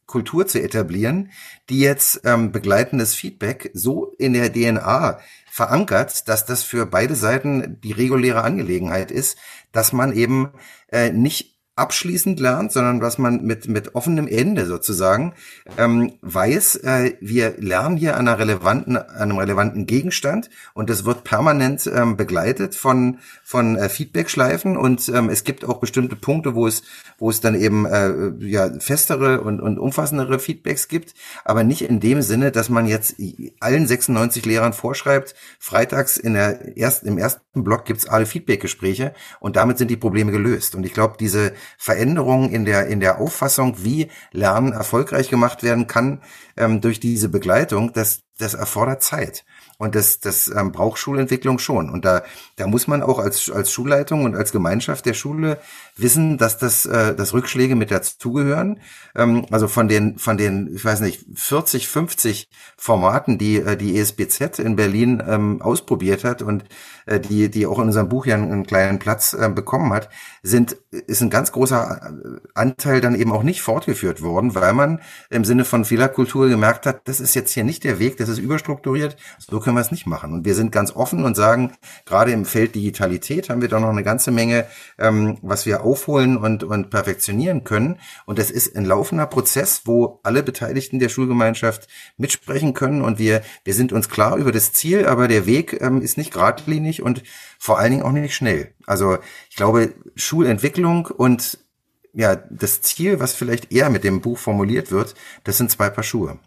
Kultur zu etablieren, die jetzt ähm, begleitendes Feedback so in der D N A verankert, dass das für beide Seiten die reguläre Angelegenheit ist, dass man eben äh, nicht abschließend lernt, sondern was man mit mit offenem Ende sozusagen ähm, weiß, äh, wir lernen hier an einer relevanten, an einem relevanten Gegenstand und das wird permanent ähm, begleitet von von äh, Feedbackschleifen und ähm, es gibt auch bestimmte Punkte, wo es wo es dann eben äh, ja festere und und umfassendere Feedbacks gibt, aber nicht in dem Sinne, dass man jetzt allen sechsundneunzig Lehrern vorschreibt, freitags in der ersten im ersten Block gibt's alle Feedbackgespräche und damit sind die Probleme gelöst. Und ich glaube, diese Veränderungen in der in der Auffassung, wie Lernen erfolgreich gemacht werden kann ähm, durch diese Begleitung, das das erfordert Zeit. Und das, das ähm, braucht Schulentwicklung schon. Und da, da muss man auch als, als Schulleitung und als Gemeinschaft der Schule wissen, dass das, äh, dass Rückschläge mit dazugehören. Ähm, also von den, von den, ich weiß nicht, vierzig, fünfzig Formaten, die äh, die E S B Z in Berlin ähm, ausprobiert hat und äh, die, die auch in unserem Buch ja einen, einen kleinen Platz äh, bekommen hat, sind, ist ein ganz großer Anteil dann eben auch nicht fortgeführt worden, weil man im Sinne von Fehlerkultur gemerkt hat, das ist jetzt hier nicht der Weg, das ist überstrukturiert, so können wir es nicht machen. Und wir sind ganz offen und sagen, gerade im Feld Digitalität haben wir doch noch eine ganze Menge, ähm, was wir aufholen und, und perfektionieren können. Und das ist ein laufender Prozess, wo alle Beteiligten der Schulgemeinschaft mitsprechen können. Und wir, wir sind uns klar über das Ziel, aber der Weg ähm, ist nicht geradlinig und vor allen Dingen auch nicht schnell. Also ich glaube, Schulentwicklung und ja, das Ziel, was vielleicht eher mit dem Buch formuliert wird, das sind zwei Paar Schuhe.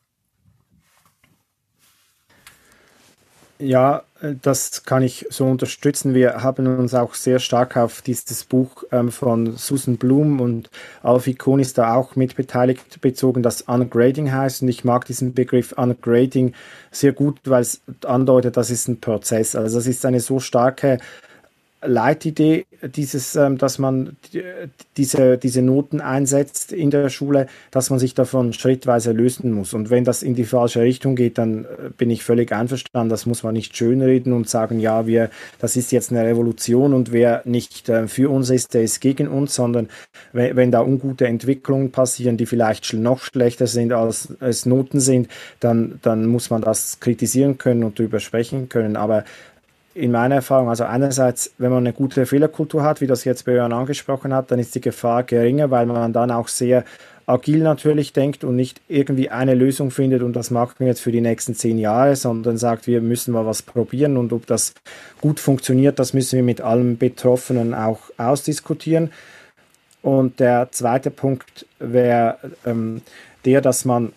Ja, das kann ich so unterstützen. Wir haben uns auch sehr stark auf dieses Buch ähm, von Susan Blum und Alfie Kohn ist da auch mitbeteiligt bezogen, das Ungrading heißt. Und ich mag diesen Begriff Ungrading sehr gut, weil es andeutet, das ist ein Prozess. Also das ist eine so starke Leitidee, dieses, ähm, dass man die, diese, diese Noten einsetzt in der Schule, dass man sich davon schrittweise lösen muss. Und wenn das in die falsche Richtung geht, dann äh, bin ich völlig einverstanden. Das muss man nicht schönreden und sagen, ja, wir, das ist jetzt eine Revolution und wer nicht äh, für uns ist, der ist gegen uns, sondern wenn, wenn da ungute Entwicklungen passieren, die vielleicht noch schlechter sind als es Noten sind, dann, dann muss man das kritisieren können und darüber sprechen können. Aber in meiner Erfahrung, also einerseits, wenn man eine gute Fehlerkultur hat, wie das jetzt Björn angesprochen hat, dann ist die Gefahr geringer, weil man dann auch sehr agil natürlich denkt und nicht irgendwie eine Lösung findet und das machen wir jetzt für die nächsten zehn Jahre, sondern sagt, wir müssen mal was probieren und ob das gut funktioniert, das müssen wir mit allen Betroffenen auch ausdiskutieren. Und der zweite Punkt wäre ähm, der, dass man,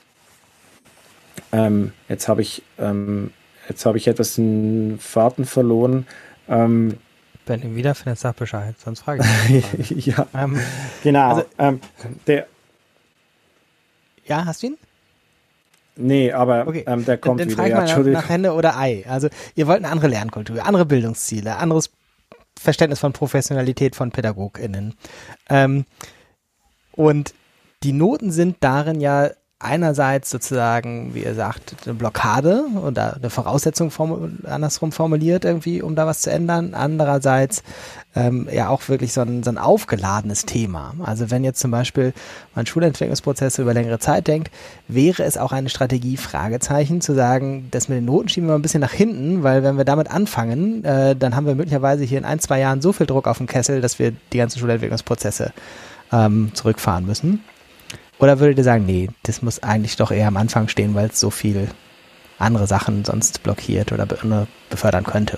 ähm, jetzt habe ich, ähm, Jetzt habe ich etwas den Faden verloren. Ähm, Wenn du wieder findest, sag Bescheid, sonst frage ich. ja, ähm, genau. Also, ähm, der, ja, hast du ihn? Nee, aber okay. ähm, der kommt dann, dann wieder. Ja, frag mal nach, nach Henne oder Ei. Also ihr wollt eine andere Lernkultur, andere Bildungsziele, anderes Verständnis von Professionalität von PädagogInnen. Ähm, und die Noten sind darin ja einerseits sozusagen, wie ihr sagt, eine Blockade oder eine Voraussetzung formu- andersrum formuliert irgendwie, um da was zu ändern. Andererseits ähm, ja auch wirklich so ein, so ein aufgeladenes Thema. Also wenn jetzt zum Beispiel man Schulentwicklungsprozesse über längere Zeit denkt, wäre es auch eine Strategie, Fragezeichen, zu sagen, das mit den Noten schieben wir ein bisschen nach hinten, weil wenn wir damit anfangen, äh, dann haben wir möglicherweise hier in ein, zwei Jahren so viel Druck auf dem Kessel, dass wir die ganzen Schulentwicklungsprozesse ähm, zurückfahren müssen. Oder würdet ihr sagen, nee, das muss eigentlich doch eher am Anfang stehen, weil es so viel andere Sachen sonst blockiert oder be- befördern könnte?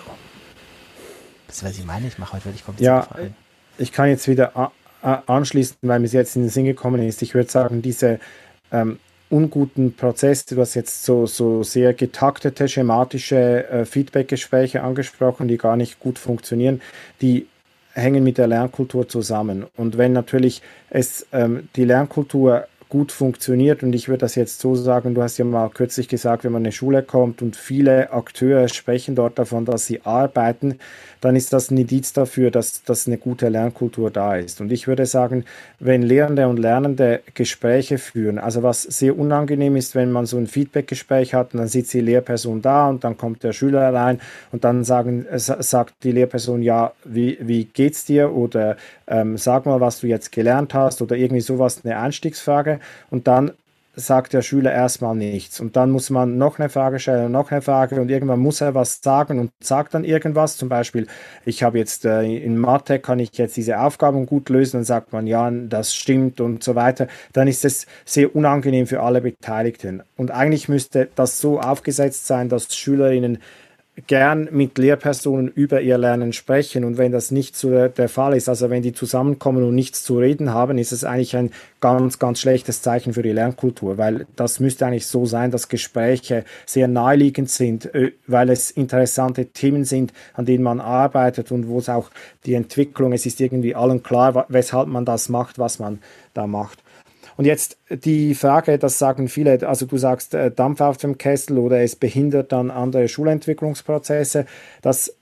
Das ist, was ich meine. Ich mache heute wirklich kompliziert. Ja, ich kann jetzt wieder a- a- anschließen, weil mir jetzt in den Sinn gekommen ist. Ich würde sagen, diese ähm, unguten Prozesse, du hast jetzt so, so sehr getaktete, schematische äh, Feedbackgespräche angesprochen, die gar nicht gut funktionieren, die hängen mit der Lernkultur zusammen. Und wenn natürlich es ähm, die Lernkultur gut funktioniert, und ich würde das jetzt so sagen, du hast ja mal kürzlich gesagt, wenn man in eine Schule kommt und viele Akteure sprechen dort davon, dass sie arbeiten, dann ist das ein Indiz dafür, dass, dass eine gute Lernkultur da ist. Und ich würde sagen, wenn Lehrende und Lernende Gespräche führen, also was sehr unangenehm ist, wenn man so ein Feedbackgespräch hat und dann sitzt die Lehrperson da und dann kommt der Schüler rein und dann sagen, äh, sagt die Lehrperson, ja, wie, wie geht's dir? Oder ähm, sag mal, was du jetzt gelernt hast oder irgendwie sowas, eine Einstiegsfrage. und dann sagt der Schüler erstmal nichts. Und dann muss man noch eine Frage stellen, noch eine Frage und irgendwann muss er was sagen und sagt dann irgendwas. Zum Beispiel, ich habe jetzt äh, in Mathe, kann ich jetzt diese Aufgaben gut lösen, dann sagt man, ja, das stimmt und so weiter. Dann ist es sehr unangenehm für alle Beteiligten. Und eigentlich müsste das so aufgesetzt sein, dass Schülerinnen gern mit Lehrpersonen über ihr Lernen sprechen, und wenn das nicht so der, der Fall ist, also wenn die zusammenkommen und nichts zu reden haben, ist es eigentlich ein ganz, ganz schlechtes Zeichen für die Lernkultur, weil das müsste eigentlich so sein, dass Gespräche sehr naheliegend sind, weil es interessante Themen sind, an denen man arbeitet und wo es auch die Entwicklung, es ist irgendwie allen klar, weshalb man das macht, was man da macht. Und jetzt die Frage, das sagen viele, also du sagst äh, Dampf auf dem Kessel oder es behindert dann andere Schulentwicklungsprozesse, das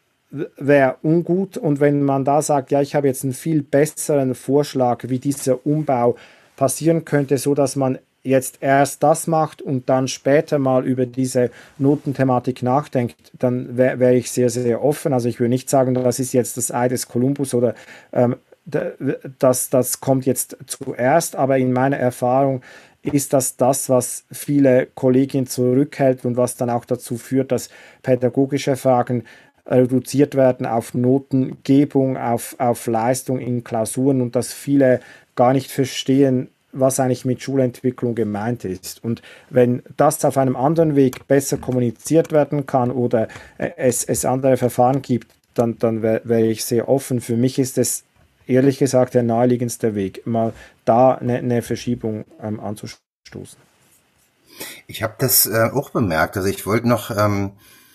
wäre ungut. Und wenn man da sagt, ja, ich habe jetzt einen viel besseren Vorschlag, wie dieser Umbau passieren könnte, so dass man jetzt erst das macht und dann später mal über diese Notenthematik nachdenkt, dann wäre wär ich sehr, sehr offen. Also ich würde nicht sagen, das ist jetzt das Ei des Kolumbus oder ähm, Das, das kommt jetzt zuerst, aber in meiner Erfahrung ist das das, was viele Kolleginnen zurückhält und was dann auch dazu führt, dass pädagogische Fragen reduziert werden auf Notengebung, auf, auf Leistung in Klausuren und dass viele gar nicht verstehen, was eigentlich mit Schulentwicklung gemeint ist. Und wenn das auf einem anderen Weg besser kommuniziert werden kann oder es, es andere Verfahren gibt, dann, dann wäre wär ich sehr offen. Für mich ist es ehrlich gesagt der naheliegendste Weg, mal da eine, eine Verschiebung ähm, anzustoßen. Ich habe das äh, auch bemerkt. Also ich wollte noch ähm,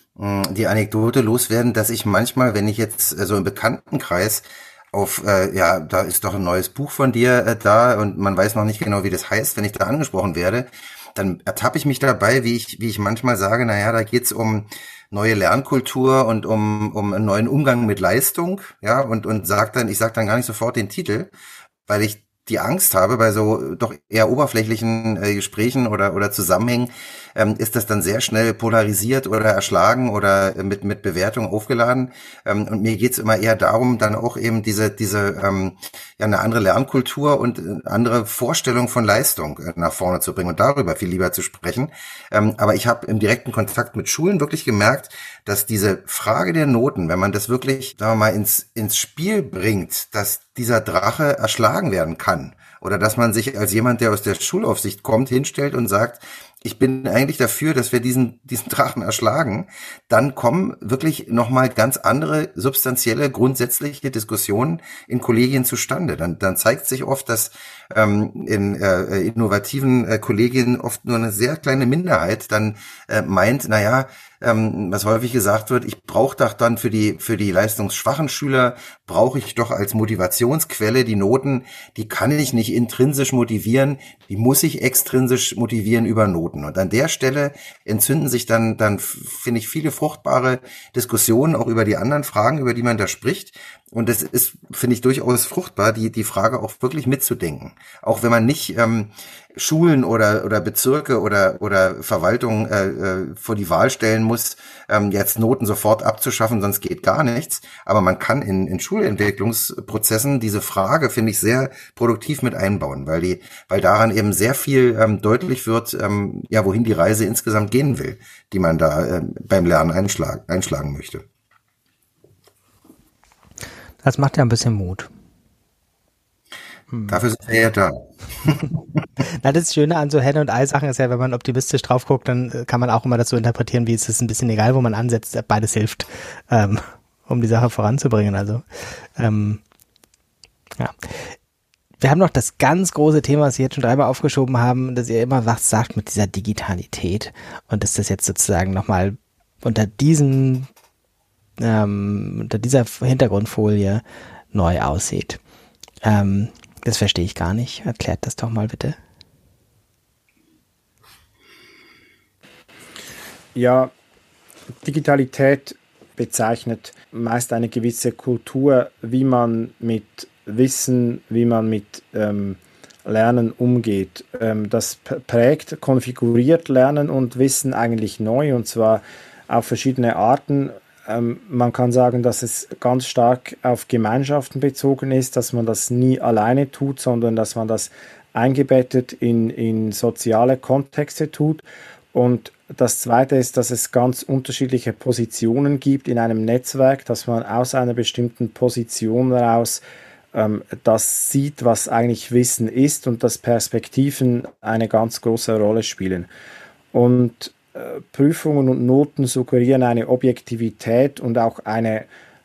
die Anekdote loswerden, dass ich manchmal, wenn ich jetzt äh, so im Bekanntenkreis auf, äh, ja, da ist doch ein neues Buch von dir äh, da und man weiß noch nicht genau, wie das heißt, wenn ich da angesprochen werde, dann ertappe ich mich dabei, wie ich, wie ich manchmal sage, naja, da geht's um neue Lernkultur und um, um einen neuen Umgang mit Leistung, ja, und, und sag dann, ich sag dann gar nicht sofort den Titel, weil ich die Angst habe, bei so doch eher oberflächlichen äh, Gesprächen oder, oder Zusammenhängen, ähm, ist das dann sehr schnell polarisiert oder erschlagen oder äh, mit, mit Bewertung aufgeladen. Ähm, und mir geht's immer eher darum, dann auch eben diese, diese, ähm, ja, eine andere Lernkultur und äh, andere Vorstellung von Leistung äh, nach vorne zu bringen und darüber viel lieber zu sprechen. Ähm, aber ich habe im direkten Kontakt mit Schulen wirklich gemerkt, dass diese Frage der Noten, wenn man das wirklich, sagen wir mal, ins, ins Spiel bringt, dass dieser Drache erschlagen werden kann. Oder dass man sich als jemand, der aus der Schulaufsicht kommt, hinstellt und sagt, ich bin eigentlich dafür, dass wir diesen, diesen Drachen erschlagen, dann kommen wirklich nochmal ganz andere substanzielle, grundsätzliche Diskussionen in Kollegien zustande. Dann, dann zeigt sich oft, dass ähm, in äh, innovativen äh, Kollegien oft nur eine sehr kleine Minderheit dann äh, meint, naja, ähm, was häufig gesagt wird, ich brauche doch dann für die für die leistungsschwachen Schüler, brauche ich doch als Motivationsquelle die Noten, die kann ich nicht intrinsisch motivieren, die muss ich extrinsisch motivieren über Noten. Und an der Stelle entzünden sich dann, dann finde ich, viele fruchtbare Diskussionen auch über die anderen Fragen, über die man da spricht. Und es ist, finde ich, durchaus fruchtbar, die die Frage auch wirklich mitzudenken. Auch wenn man nicht ähm, Schulen oder oder Bezirke oder oder Verwaltungen äh, äh, vor die Wahl stellen muss, ähm, jetzt Noten sofort abzuschaffen, sonst geht gar nichts. Aber man kann in in Schulentwicklungsprozessen diese Frage, finde ich, sehr produktiv mit einbauen, weil die weil daran eben sehr viel ähm, deutlich wird, ähm, ja, wohin die Reise insgesamt gehen will, die man da äh, beim Lernen einschlagen einschlagen möchte. Das macht ja ein bisschen Mut. Hm. Dafür sind wir ja da. Na, das Schöne an so Henne- und Ei-Sachen ist ja, wenn man optimistisch drauf guckt, dann kann man auch immer das so interpretieren, wie es ist ein bisschen egal, wo man ansetzt, beides hilft, ähm, um die Sache voranzubringen. Also, ähm, ja. Wir haben noch das ganz große Thema, was Sie jetzt schon dreimal aufgeschoben haben, dass ihr immer was sagt mit dieser Digitalität und dass das jetzt sozusagen nochmal unter diesen Ähm, unter dieser Hintergrundfolie neu aussieht. Ähm, das verstehe ich gar nicht. Erklärt das doch mal bitte. Ja, Digitalität bezeichnet meist eine gewisse Kultur, wie man mit Wissen, wie man mit ähm, Lernen umgeht. Ähm, das prägt, konfiguriert Lernen und Wissen eigentlich neu, und zwar auf verschiedene Arten. Man kann sagen, dass es ganz stark auf Gemeinschaften bezogen ist, dass man das nie alleine tut, sondern dass man das eingebettet in, in soziale Kontexte tut. Und das Zweite ist, dass es ganz unterschiedliche Positionen gibt in einem Netzwerk, dass man aus einer bestimmten Position heraus ähm, das sieht, was eigentlich Wissen ist und dass Perspektiven eine ganz große Rolle spielen. Und äh, Prüfungen und Noten suggerieren eine Objektivität und auch eine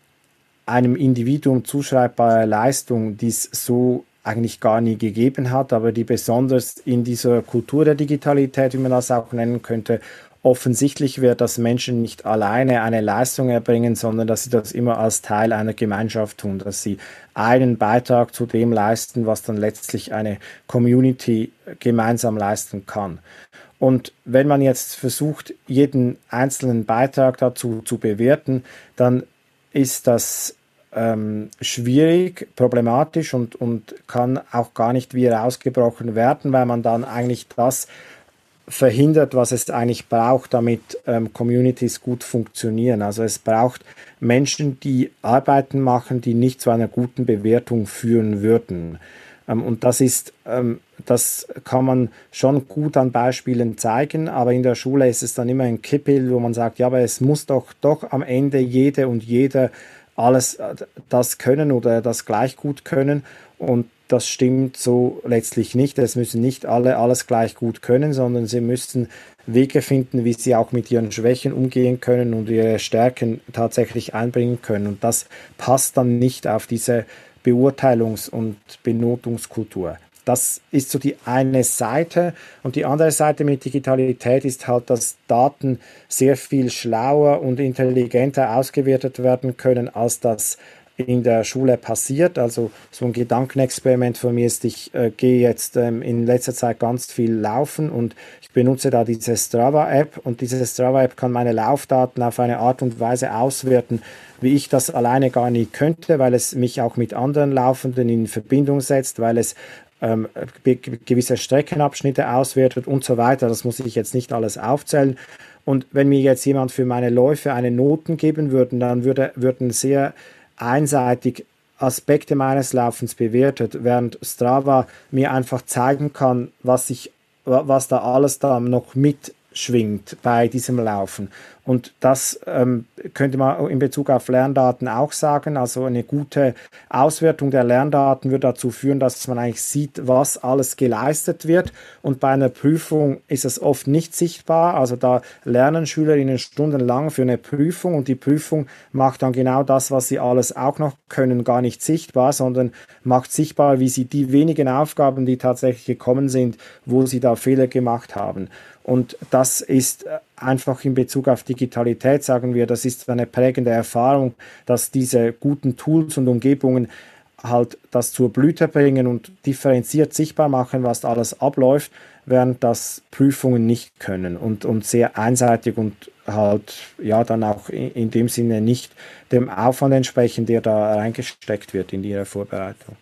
einem Individuum zuschreibbare Leistung, die es so eigentlich gar nie gegeben hat, aber die besonders in dieser Kultur der Digitalität, wie man das auch nennen könnte, offensichtlich wird, dass Menschen nicht alleine eine Leistung erbringen, sondern dass sie das immer als Teil einer Gemeinschaft tun, dass sie einen Beitrag zu dem leisten, was dann letztlich eine Community gemeinsam leisten kann. Und wenn man jetzt versucht, jeden einzelnen Beitrag dazu zu bewerten, dann ist das ähm, schwierig, problematisch und, und kann auch gar nicht wieder ausgebrochen werden, weil man dann eigentlich das verhindert, was es eigentlich braucht, damit ähm, Communities gut funktionieren. Also es braucht Menschen, die Arbeiten machen, die nicht zu einer guten Bewertung führen würden. Ähm, und das ist, ähm, das kann man schon gut an Beispielen zeigen, aber in der Schule ist es dann immer ein Kippel, wo man sagt, ja, aber es muss doch doch am Ende jede und jeder alles das können oder das gleich gut können, und das stimmt so letztlich nicht. Es müssen nicht alle alles gleich gut können, sondern sie müssen Wege finden, wie sie auch mit ihren Schwächen umgehen können und ihre Stärken tatsächlich einbringen können, und das passt dann nicht auf diese Beurteilungs- und Benotungskultur. Das ist so die eine Seite, und die andere Seite mit Digitalität ist halt, dass Daten sehr viel schlauer und intelligenter ausgewertet werden können, als das in der Schule passiert. Also so ein Gedankenexperiment von mir ist, ich äh, gehe jetzt ähm, in letzter Zeit ganz viel laufen und ich benutze da diese Strava-App, und diese Strava-App kann meine Laufdaten auf eine Art und Weise auswerten, wie ich das alleine gar nie könnte, weil es mich auch mit anderen Laufenden in Verbindung setzt, weil es ähm, gewisse Streckenabschnitte auswertet und so weiter. Das muss ich jetzt nicht alles aufzählen. Und wenn mir jetzt jemand für meine Läufe eine Noten geben würde, dann würde, würden sehr einseitig Aspekte meines Laufens bewertet, während Strava mir einfach zeigen kann, was ich, was da alles da noch mitschwingt bei diesem Laufen. Und das ähm, könnte man in Bezug auf Lerndaten auch sagen. Also eine gute Auswertung der Lerndaten würde dazu führen, dass man eigentlich sieht, was alles geleistet wird. Und bei einer Prüfung ist es oft nicht sichtbar. Also da lernen Schülerinnen stundenlang für eine Prüfung, und die Prüfung macht dann genau das, was sie alles auch noch können, gar nicht sichtbar, sondern macht sichtbar, wie sie die wenigen Aufgaben, die tatsächlich gekommen sind, wo sie da Fehler gemacht haben. Und das ist einfach in Bezug auf Digitalität, sagen wir, das ist eine prägende Erfahrung, dass diese guten Tools und Umgebungen halt das zur Blüte bringen und differenziert sichtbar machen, was da alles abläuft, während das Prüfungen nicht können und, und sehr einseitig und halt ja dann auch in, in dem Sinne nicht dem Aufwand entsprechen, der da reingesteckt wird in ihre Vorbereitung.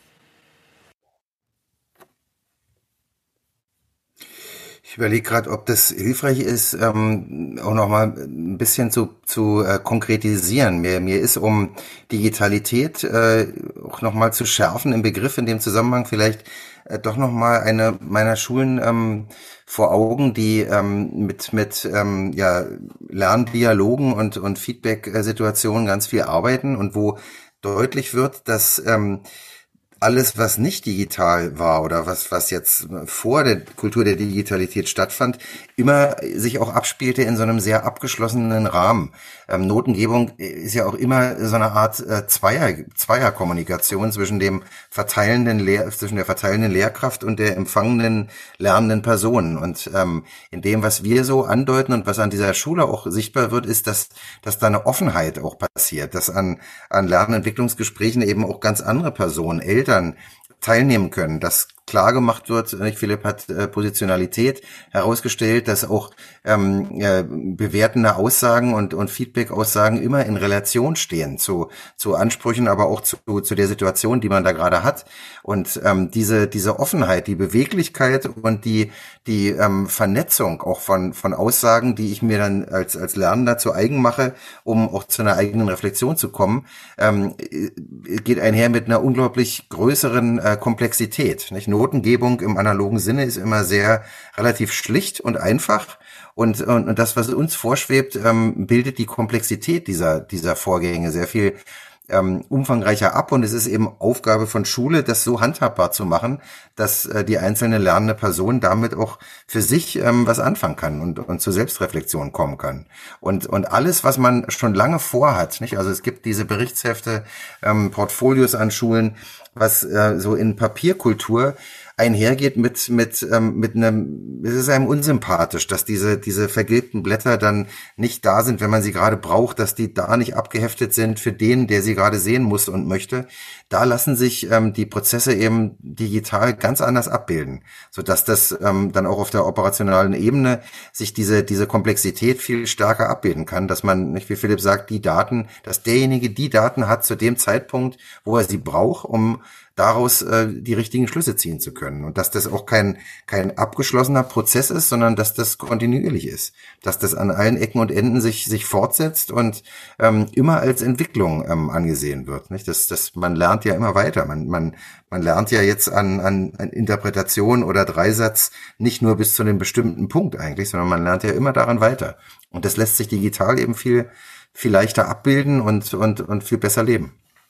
Ich überlege gerade, ob das hilfreich ist, ähm, auch nochmal ein bisschen zu, zu äh, konkretisieren. Mir, mir ist, um Digitalität äh, auch nochmal zu schärfen im Begriff, in dem Zusammenhang vielleicht äh, doch nochmal eine meiner Schulen ähm, vor Augen, die ähm, mit, mit ähm, ja, Lerndialogen und, und Feedback-Situationen ganz viel arbeiten und wo deutlich wird, dass ähm, alles, was nicht digital war oder was, was jetzt vor der Kultur der Digitalität stattfand, immer sich auch abspielte in so einem sehr abgeschlossenen Rahmen. Ähm, Notengebung ist ja auch immer so eine Art äh, Zweier, Zweierkommunikation zwischen dem verteilenden Lehr, zwischen der verteilenden Lehrkraft und der empfangenden, lernenden Person. Und ähm, in dem, was wir so andeuten und was an dieser Schule auch sichtbar wird, ist, dass, dass da eine Offenheit auch passiert, dass an, an Lernentwicklungsgesprächen eben auch ganz andere Personen, Eltern, teilnehmen können, dass klar gemacht wird, nicht? Philipp hat äh, Positionalität herausgestellt, dass auch ähm, äh, bewertende Aussagen und, und Feedback-Aussagen immer in Relation stehen zu, zu Ansprüchen, aber auch zu, zu der Situation, die man da gerade hat. Und ähm, diese, diese Offenheit, die Beweglichkeit und die, die ähm, Vernetzung auch von, von Aussagen, die ich mir dann als, als Lernender zu eigen mache, um auch zu einer eigenen Reflexion zu kommen, ähm, geht einher mit einer unglaublich größeren äh, Komplexität, nicht? Notengebung im analogen Sinne ist immer sehr relativ schlicht und einfach. Und, und, und das, was uns vorschwebt, ähm, bildet die Komplexität dieser, dieser Vorgänge sehr viel ähm, umfangreicher ab. Und es ist eben Aufgabe von Schule, das so handhabbar zu machen, dass äh, die einzelne lernende Person damit auch für sich ähm, was anfangen kann und, und zur Selbstreflexion kommen kann. Und, und alles, was man schon lange vorhat, nicht? Also es gibt diese Berichtshefte, ähm, Portfolios an Schulen, was äh, so in Papierkultur einhergeht mit mit ähm, mit einem, es ist einem unsympathisch, dass diese diese vergilbten Blätter dann nicht da sind, wenn man sie gerade braucht, dass die da nicht abgeheftet sind für den, der sie gerade sehen muss und möchte. Da lassen sich ähm, die Prozesse eben digital ganz anders abbilden, sodass das ähm, dann auch auf der operationalen Ebene sich diese diese Komplexität viel stärker abbilden kann, dass man, nicht wie Philipp sagt, die Daten, dass derjenige die Daten hat zu dem Zeitpunkt, wo er sie braucht, um daraus äh, die richtigen Schlüsse ziehen zu können. Und dass das auch kein kein abgeschlossener Prozess ist, sondern dass das kontinuierlich ist. Dass das an allen Ecken und Enden sich sich fortsetzt und ähm, immer als Entwicklung ähm, angesehen wird. Nicht? Das, das, man lernt ja immer weiter. Man, man, man lernt ja jetzt an, an, an Interpretation oder Dreisatz nicht nur bis zu einem bestimmten Punkt eigentlich, sondern man lernt ja immer daran weiter. Und das lässt sich digital eben viel, viel leichter abbilden und, und, und viel besser leben.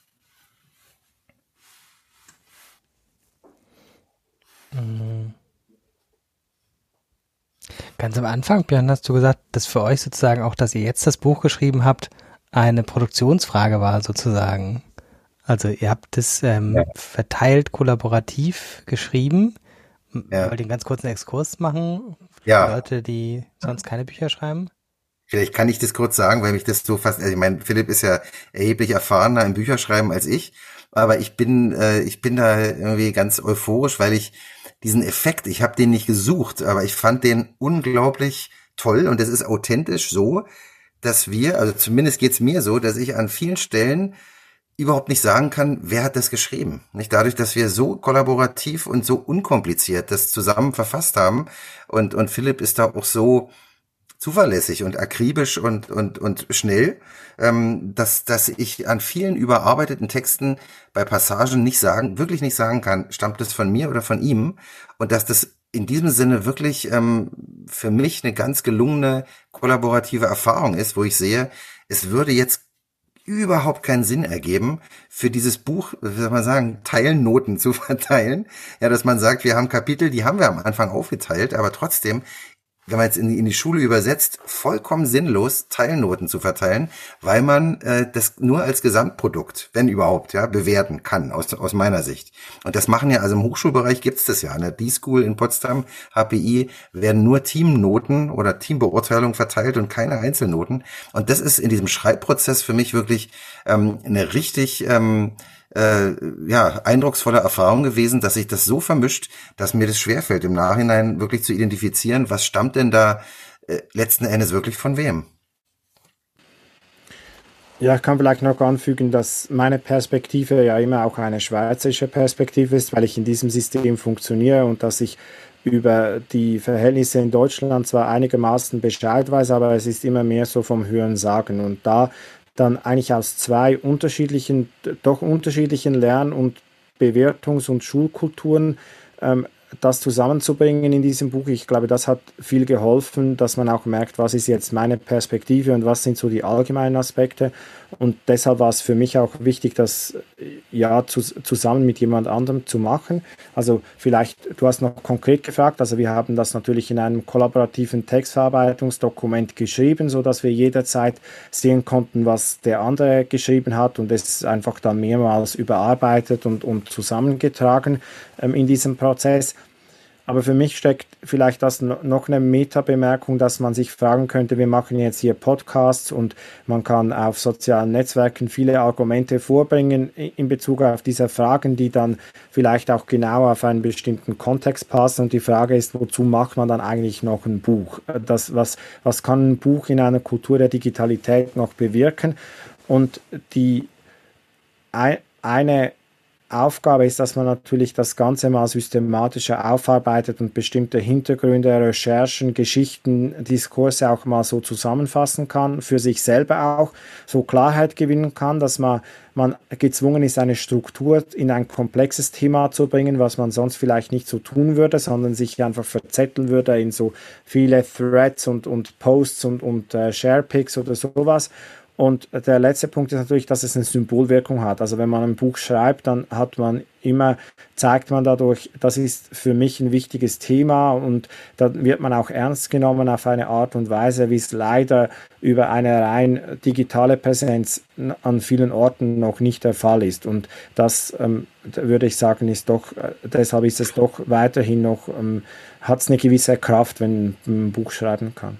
Ganz am Anfang, Björn, hast du gesagt, dass für euch sozusagen auch, dass ihr jetzt das Buch geschrieben habt, eine Produktionsfrage war sozusagen. Also ihr habt es ähm, ja. verteilt kollaborativ geschrieben. Ja. Wollt ihr einen ganz kurzen Exkurs machen für ja. Leute, die sonst keine Bücher schreiben? Vielleicht kann ich das kurz sagen, weil mich das so fast, also ich meine, Philipp ist ja erheblich erfahrener im Bücherschreiben als ich, aber ich bin, äh, ich bin da irgendwie ganz euphorisch, weil ich diesen Effekt, ich habe den nicht gesucht, aber ich fand den unglaublich toll und es ist authentisch so, dass wir, also zumindest geht's mir so, dass ich an vielen Stellen überhaupt nicht sagen kann, wer hat das geschrieben. Nicht dadurch, dass wir so kollaborativ und so unkompliziert das zusammen verfasst haben und und Philipp ist da auch so zuverlässig und akribisch und und und schnell, ähm, dass dass ich an vielen überarbeiteten Texten bei Passagen nicht sagen, wirklich nicht sagen kann, stammt das von mir oder von ihm, und dass das in diesem Sinne wirklich ähm, für mich eine ganz gelungene kollaborative Erfahrung ist, wo ich sehe, es würde jetzt überhaupt keinen Sinn ergeben, für dieses Buch, wie soll man sagen, Teilnoten zu verteilen. Ja, dass man sagt, wir haben Kapitel, die haben wir am Anfang aufgeteilt, aber trotzdem, wenn man jetzt in die, in die Schule übersetzt, vollkommen sinnlos, Teilnoten zu verteilen, weil man äh, das nur als Gesamtprodukt, wenn überhaupt, ja, bewerten kann, aus, aus meiner Sicht. Und das machen ja, also im Hochschulbereich gibt's das ja. An der D-School in Potsdam, H P I, werden nur Teamnoten oder Teambeurteilung verteilt und keine Einzelnoten. Und das ist in diesem Schreibprozess für mich wirklich ähm, eine richtig ähm, Äh, ja, eindrucksvolle Erfahrung gewesen, dass sich das so vermischt, dass mir das schwerfällt, im Nachhinein wirklich zu identifizieren, was stammt denn da äh, letzten Endes wirklich von wem. Ja, ich kann vielleicht noch anfügen, dass meine Perspektive ja immer auch eine schweizerische Perspektive ist, weil ich in diesem System funktioniere und dass ich über die Verhältnisse in Deutschland zwar einigermaßen Bescheid weiß, aber es ist immer mehr so vom Hörensagen. Und da dann eigentlich aus zwei unterschiedlichen, doch unterschiedlichen Lern- und Bewertungs- und Schulkulturen ähm, das zusammenzubringen in diesem Buch. Ich glaube, das hat viel geholfen, dass man auch merkt, was ist jetzt meine Perspektive und was sind so die allgemeinen Aspekte. Und deshalb war es für mich auch wichtig, das ja zu, zusammen mit jemand anderem zu machen. Also vielleicht, du hast noch konkret gefragt, also wir haben das natürlich in einem kollaborativen Textverarbeitungsdokument geschrieben, sodass wir jederzeit sehen konnten, was der andere geschrieben hat, und es einfach dann mehrmals überarbeitet und, und zusammengetragen ähm, in diesem Prozess. Aber für mich steckt vielleicht das noch eine Meta-Bemerkung, dass man sich fragen könnte, wir machen jetzt hier Podcasts und man kann auf sozialen Netzwerken viele Argumente vorbringen in Bezug auf diese Fragen, die dann vielleicht auch genau auf einen bestimmten Kontext passen. Und die Frage ist, wozu macht man dann eigentlich noch ein Buch? Das, was, was kann ein Buch in einer Kultur der Digitalität noch bewirken? Und die eine Aufgabe ist, dass man natürlich das Ganze mal systematischer aufarbeitet und bestimmte Hintergründe, Recherchen, Geschichten, Diskurse auch mal so zusammenfassen kann, für sich selber auch so Klarheit gewinnen kann, dass man, man gezwungen ist, eine Struktur in ein komplexes Thema zu bringen, was man sonst vielleicht nicht so tun würde, sondern sich einfach verzetteln würde in so viele Threads und, und Posts und, und äh, Sharepics oder sowas. Und der letzte Punkt ist natürlich, dass es eine Symbolwirkung hat. Also wenn man ein Buch schreibt, dann hat man immer, zeigt man dadurch, das ist für mich ein wichtiges Thema und dann wird man auch ernst genommen auf eine Art und Weise, wie es leider über eine rein digitale Präsenz an vielen Orten noch nicht der Fall ist. Und das ähm, würde ich sagen, ist doch, äh, deshalb ist es doch weiterhin noch, ähm, hat es eine gewisse Kraft, wenn man ein Buch schreiben kann.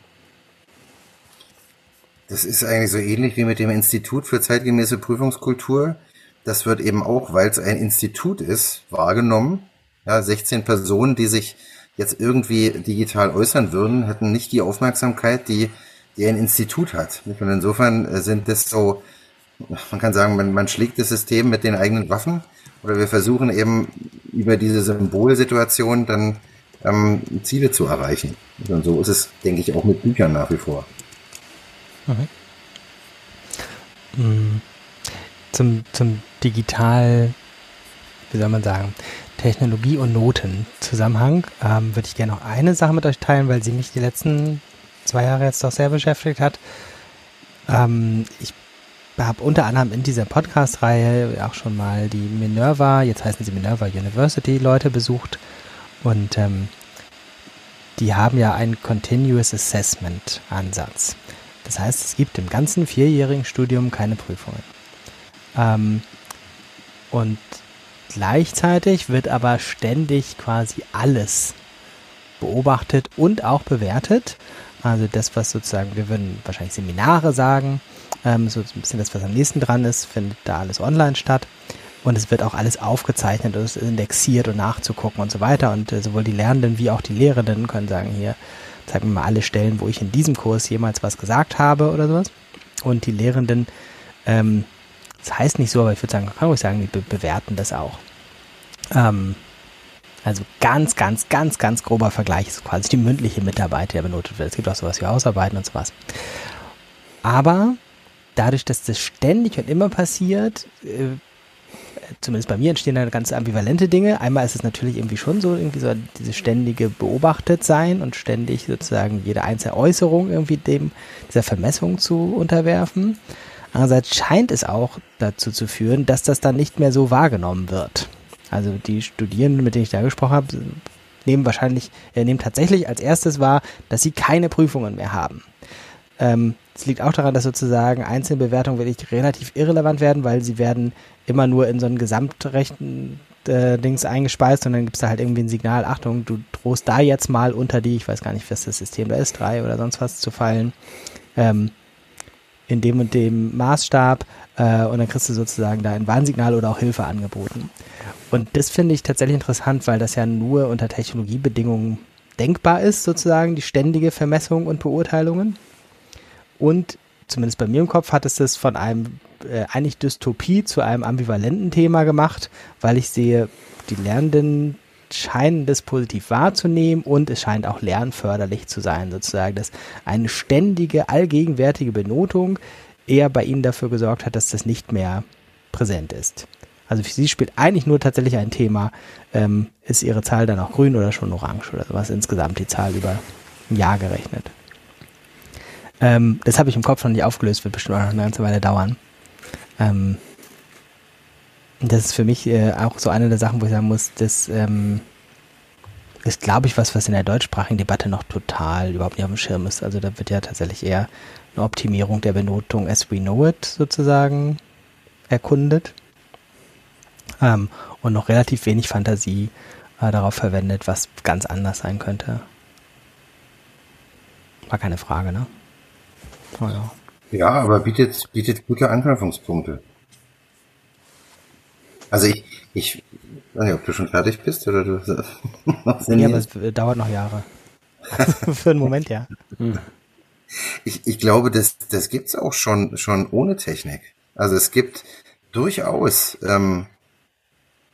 Das ist eigentlich so ähnlich wie mit dem Institut für zeitgemäße Prüfungskultur. Das wird eben auch, weil es ein Institut ist, wahrgenommen. Ja, sechzehn Personen, die sich jetzt irgendwie digital äußern würden, hätten nicht die Aufmerksamkeit, die, die ein Institut hat. Und insofern sind das so, man kann sagen, man, man schlägt das System mit den eigenen Waffen, oder wir versuchen eben über diese Symbolsituation dann ähm, Ziele zu erreichen. Und so ist es, denke ich, auch mit Büchern nach wie vor. Mhm. Zum, zum digital, wie soll man sagen, Technologie und Noten Zusammenhang ähm, würde ich gerne noch eine Sache mit euch teilen, weil sie mich die letzten zwei Jahre jetzt doch sehr beschäftigt hat. Ähm, ich habe unter anderem in dieser Podcast-Reihe auch schon mal die Minerva, jetzt heißen sie Minerva University, Leute besucht und ähm, die haben ja einen Continuous Assessment Ansatz. Das heißt, es gibt im ganzen vierjährigen Studium keine Prüfungen. Ähm, und gleichzeitig wird aber ständig quasi alles beobachtet und auch bewertet. Also das, was sozusagen, wir würden wahrscheinlich Seminare sagen, ähm, so ein bisschen das, was am nächsten dran ist, findet da alles online statt. Und es wird auch alles aufgezeichnet und es ist indexiert und nachzugucken und so weiter. Und äh, sowohl die Lernenden wie auch die Lehrenden können sagen, hier, zeig mir mal alle Stellen, wo ich in diesem Kurs jemals was gesagt habe oder sowas. Und die Lehrenden, ähm, das heißt nicht so, aber ich würde sagen, kann ruhig sagen, die be- bewerten das auch. Ähm, also ganz, ganz, ganz, ganz grober Vergleich ist quasi die mündliche Mitarbeit, die benotet wird. Es gibt auch sowas wie Hausarbeiten und sowas. Aber dadurch, dass das ständig und immer passiert, äh, zumindest bei mir entstehen da ganz ambivalente Dinge. Einmal ist es natürlich irgendwie schon so, irgendwie so diese ständige Beobachtetsein und ständig sozusagen jede einzelne Äußerung irgendwie dem, dieser Vermessung zu unterwerfen. Andererseits scheint es auch dazu zu führen, dass das dann nicht mehr so wahrgenommen wird. Also die Studierenden, mit denen ich da gesprochen habe, nehmen wahrscheinlich, äh, nehmen tatsächlich als erstes wahr, dass sie keine Prüfungen mehr haben. Ähm, es liegt auch daran, dass sozusagen Einzelbewertungen wirklich relativ irrelevant werden, weil sie werden immer nur in so einen gesamtrechten äh, Dings eingespeist und dann gibt es da halt irgendwie ein Signal, Achtung, du drohst da jetzt mal unter die, ich weiß gar nicht, was das System da ist, drei oder sonst was zu fallen, ähm, in dem und dem Maßstab äh, und dann kriegst du sozusagen da ein Warnsignal oder auch Hilfe angeboten. Und das finde ich tatsächlich interessant, weil das ja nur unter Technologiebedingungen denkbar ist, sozusagen, die ständige Vermessung und Beurteilungen. Und zumindest bei mir im Kopf hat es das von einem äh, eigentlich Dystopie zu einem ambivalenten Thema gemacht, weil ich sehe, die Lernenden scheinen das positiv wahrzunehmen und es scheint auch lernförderlich zu sein, sozusagen, dass eine ständige, allgegenwärtige Benotung eher bei ihnen dafür gesorgt hat, dass das nicht mehr präsent ist. Also für sie spielt eigentlich nur tatsächlich ein Thema, ähm, ist ihre Zahl dann auch grün oder schon orange oder sowas, insgesamt die Zahl über ein Jahr gerechnet. Ähm, das habe ich im Kopf noch nicht aufgelöst, wird bestimmt auch noch eine ganze Weile dauern. Ähm, das ist für mich äh, auch so eine der Sachen, wo ich sagen muss, das ähm, ist, glaube ich, was, was in der deutschsprachigen Debatte noch total überhaupt nicht auf dem Schirm ist. Also da wird ja tatsächlich eher eine Optimierung der Benotung as we know it sozusagen erkundet. Ähm, und noch relativ wenig Fantasie äh, darauf verwendet, was ganz anders sein könnte. War keine Frage, ne? Oh, ja. Ja, aber bietet, bietet gute Anknüpfungspunkte. Also ich, ich weiß nicht, ob du schon fertig bist oder du ja, aber es dauert noch Jahre. Für einen Moment, ja. Hm. Ich, ich glaube, das, das gibt's auch schon, schon ohne Technik. Also es gibt durchaus ähm,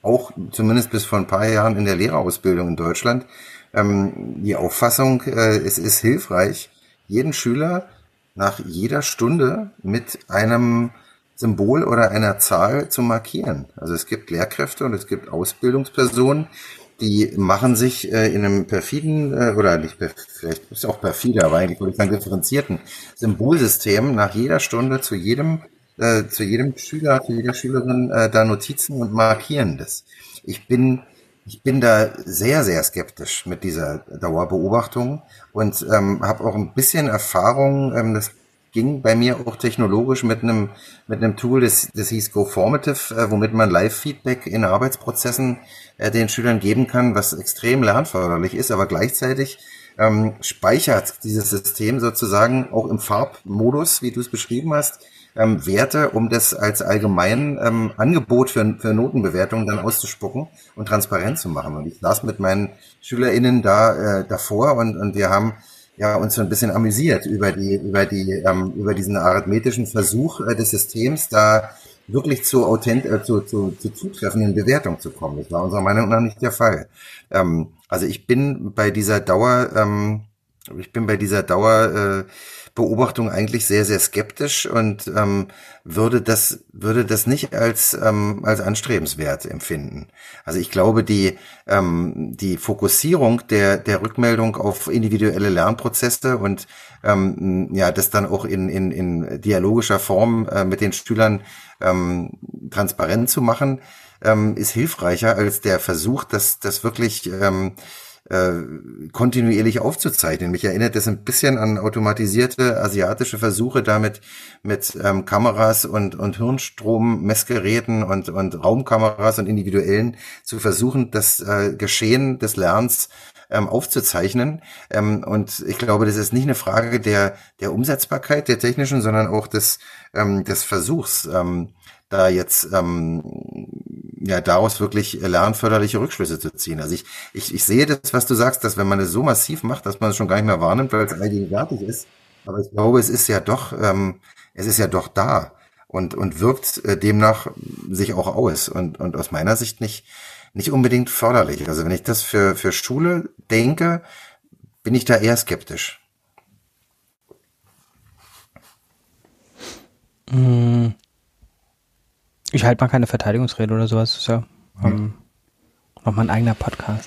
auch zumindest bis vor ein paar Jahren in der Lehrerausbildung in Deutschland, ähm, die Auffassung, äh, es ist hilfreich, jeden Schüler nach jeder Stunde mit einem Symbol oder einer Zahl zu markieren. Also es gibt Lehrkräfte und es gibt Ausbildungspersonen, die machen sich äh, in einem perfiden, äh, oder nicht, vielleicht ist es auch perfide, aber eigentlich würde ich sagen differenzierten Symbolsystem nach jeder Stunde zu jedem, äh, zu jedem Schüler, zu jeder Schülerin äh, da Notizen und markieren das. Ich bin, ich bin da sehr, sehr skeptisch mit dieser Dauerbeobachtung und ähm, habe auch ein bisschen Erfahrung, ähm, das ging bei mir auch technologisch mit einem mit einem Tool, das, das hieß GoFormative, äh, womit man Live-Feedback in Arbeitsprozessen äh, den Schülern geben kann, was extrem lernförderlich ist, aber gleichzeitig ähm, speichert dieses System sozusagen auch im Farbmodus, wie du es beschrieben hast, ähm, Werte, um das als allgemein ähm, Angebot für, für Notenbewertungen dann auszuspucken und transparent zu machen. Und ich saß mit meinen SchülerInnen da äh, davor und, und wir haben ja uns so ein bisschen amüsiert über die über die ähm, über diesen arithmetischen Versuch äh, des Systems, da wirklich zu authent äh, zu, zu zu zutreffenden Bewertungen zu kommen. Das war unserer Meinung nach nicht der Fall. Ähm, also ich bin bei dieser Dauer ähm, ich bin bei dieser Dauer äh, Beobachtung eigentlich sehr, sehr skeptisch und ähm, würde das würde das nicht als ähm, als anstrebenswert empfinden. Also ich glaube, die ähm, die Fokussierung der der Rückmeldung auf individuelle Lernprozesse und ähm, ja das dann auch in in in dialogischer Form äh, mit den Schülern ähm, transparent zu machen, ähm, ist hilfreicher als der Versuch, dass das wirklich ähm, kontinuierlich aufzuzeichnen. Mich erinnert das ein bisschen an automatisierte asiatische Versuche damit mit ähm, Kameras und und Hirnstrommessgeräten und und Raumkameras und individuellen zu versuchen, das äh, Geschehen des Lernens ähm, aufzuzeichnen. Ähm, und ich glaube, das ist nicht eine Frage der der Umsetzbarkeit der technischen, sondern auch des ähm, des Versuchs, ähm, da jetzt ähm, ja daraus wirklich lernförderliche Rückschlüsse zu ziehen. Also ich, ich ich sehe das, was du sagst, dass wenn man es so massiv macht, dass man es schon gar nicht mehr wahrnimmt, weil es allgegenwärtig ist. Aber ich glaube, es ist ja doch ähm, es ist ja doch da und und wirkt äh, demnach sich auch aus und und aus meiner Sicht nicht nicht unbedingt förderlich. Also wenn ich das für für Schule denke, bin ich da eher skeptisch. Mm. Ich halte mal keine Verteidigungsrede oder sowas. Das ist ja ähm, noch mal ein eigener Podcast.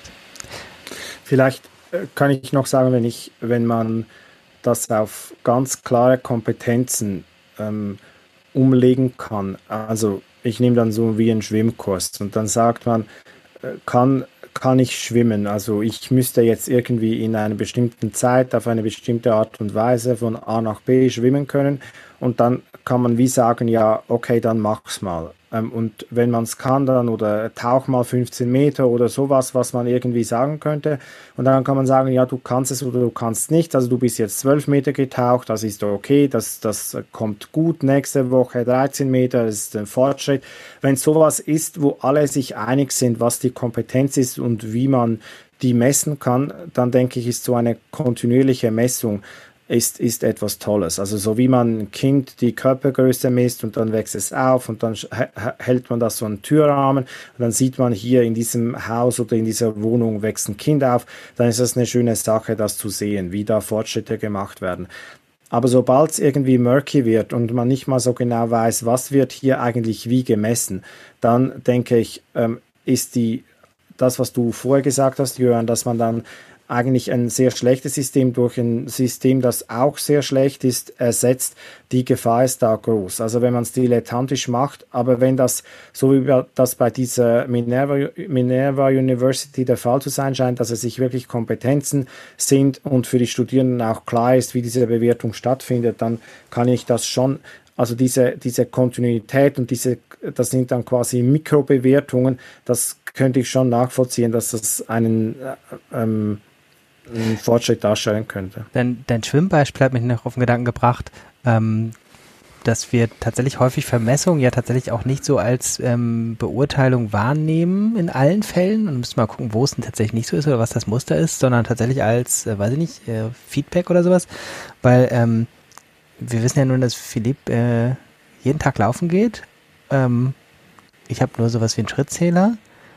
Vielleicht äh, kann ich noch sagen, wenn ich, wenn man das auf ganz klare Kompetenzen ähm, umlegen kann. Also ich nehme dann so wie einen Schwimmkurs und dann sagt man, äh, kann kann ich schwimmen. Also ich müsste jetzt irgendwie in einer bestimmten Zeit auf eine bestimmte Art und Weise von A nach B schwimmen können und dann kann man wie sagen, ja, okay, dann mach's mal. Ähm, und wenn man es kann, dann oder tauch mal fünfzehn Meter oder sowas, was man irgendwie sagen könnte. Und dann kann man sagen, ja, du kannst es oder du kannst nicht. Also du bist jetzt zwölf Meter getaucht, das ist okay, das, das kommt gut. Nächste Woche dreizehn Meter, das ist ein Fortschritt. Wenn sowas ist, wo alle sich einig sind, was die Kompetenz ist und wie man die messen kann, dann denke ich, ist so eine kontinuierliche Messung ist, ist etwas Tolles. Also so wie man ein Kind die Körpergröße misst und dann wächst es auf und dann hält man das so einen Türrahmen und dann sieht man hier in diesem Haus oder in dieser Wohnung wächst ein Kind auf, dann ist das eine schöne Sache, das zu sehen, wie da Fortschritte gemacht werden. Aber sobald es irgendwie murky wird und man nicht mal so genau weiß, was wird hier eigentlich wie gemessen, dann denke ich, ähm, ist die, das, was du vorher gesagt hast, Jörn, dass man dann eigentlich ein sehr schlechtes System durch ein System, das auch sehr schlecht ist, ersetzt, die Gefahr ist da groß. Also wenn man es dilettantisch macht, aber wenn das, so wie das bei dieser Minerva, Minerva University der Fall zu sein scheint, dass es sich wirklich Kompetenzen sind und für die Studierenden auch klar ist, wie diese Bewertung stattfindet, dann kann ich das schon, also diese, diese Kontinuität und diese, das sind dann quasi Mikrobewertungen, das könnte ich schon nachvollziehen, dass das einen ähm, einen Fortschritt darstellen könnte. Dein, dein Schwimmbeispiel hat mich noch auf den Gedanken gebracht, ähm, dass wir tatsächlich häufig Vermessungen ja tatsächlich auch nicht so als ähm, Beurteilung wahrnehmen in allen Fällen und müssen mal gucken, wo es denn tatsächlich nicht so ist oder was das Muster ist, sondern tatsächlich als, äh, weiß ich nicht, äh, Feedback oder sowas, weil ähm, wir wissen ja nun, dass Philipp äh, jeden Tag laufen geht. Ähm, ich habe nur sowas wie einen Schrittzähler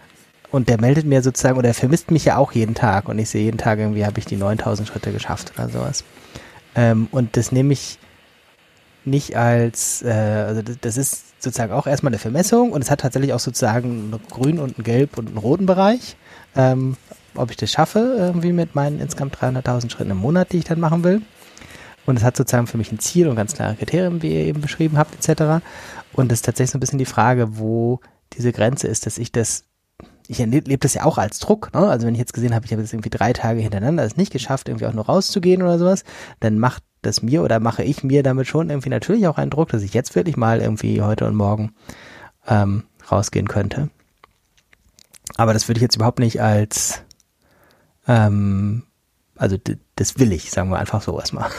und der meldet mir sozusagen, oder er vermisst mich ja auch jeden Tag und ich sehe jeden Tag irgendwie, habe ich die neuntausend Schritte geschafft oder sowas. Ähm, und das nehme ich nicht als, äh, also das, das ist sozusagen auch erstmal eine Vermessung und es hat tatsächlich auch sozusagen einen grünen und einen gelb und einen roten Bereich, ähm, ob ich das schaffe, irgendwie mit meinen insgesamt dreihunderttausend Schritten im Monat, die ich dann machen will. Und es hat sozusagen für mich ein Ziel und ganz klare Kriterien, wie ihr eben beschrieben habt, et cetera. Und es ist tatsächlich so ein bisschen die Frage, wo diese Grenze ist, dass ich das, ich erlebe das ja auch als Druck, ne? Also wenn ich jetzt gesehen habe, ich habe jetzt irgendwie drei Tage hintereinander es nicht geschafft, irgendwie auch nur rauszugehen oder sowas, dann macht das mir oder mache ich mir damit schon irgendwie natürlich auch einen Druck, dass ich jetzt wirklich mal irgendwie heute und morgen ähm, rausgehen könnte. Aber das würde ich jetzt überhaupt nicht als, ähm, also d- das will ich, sagen wir einfach so erstmal.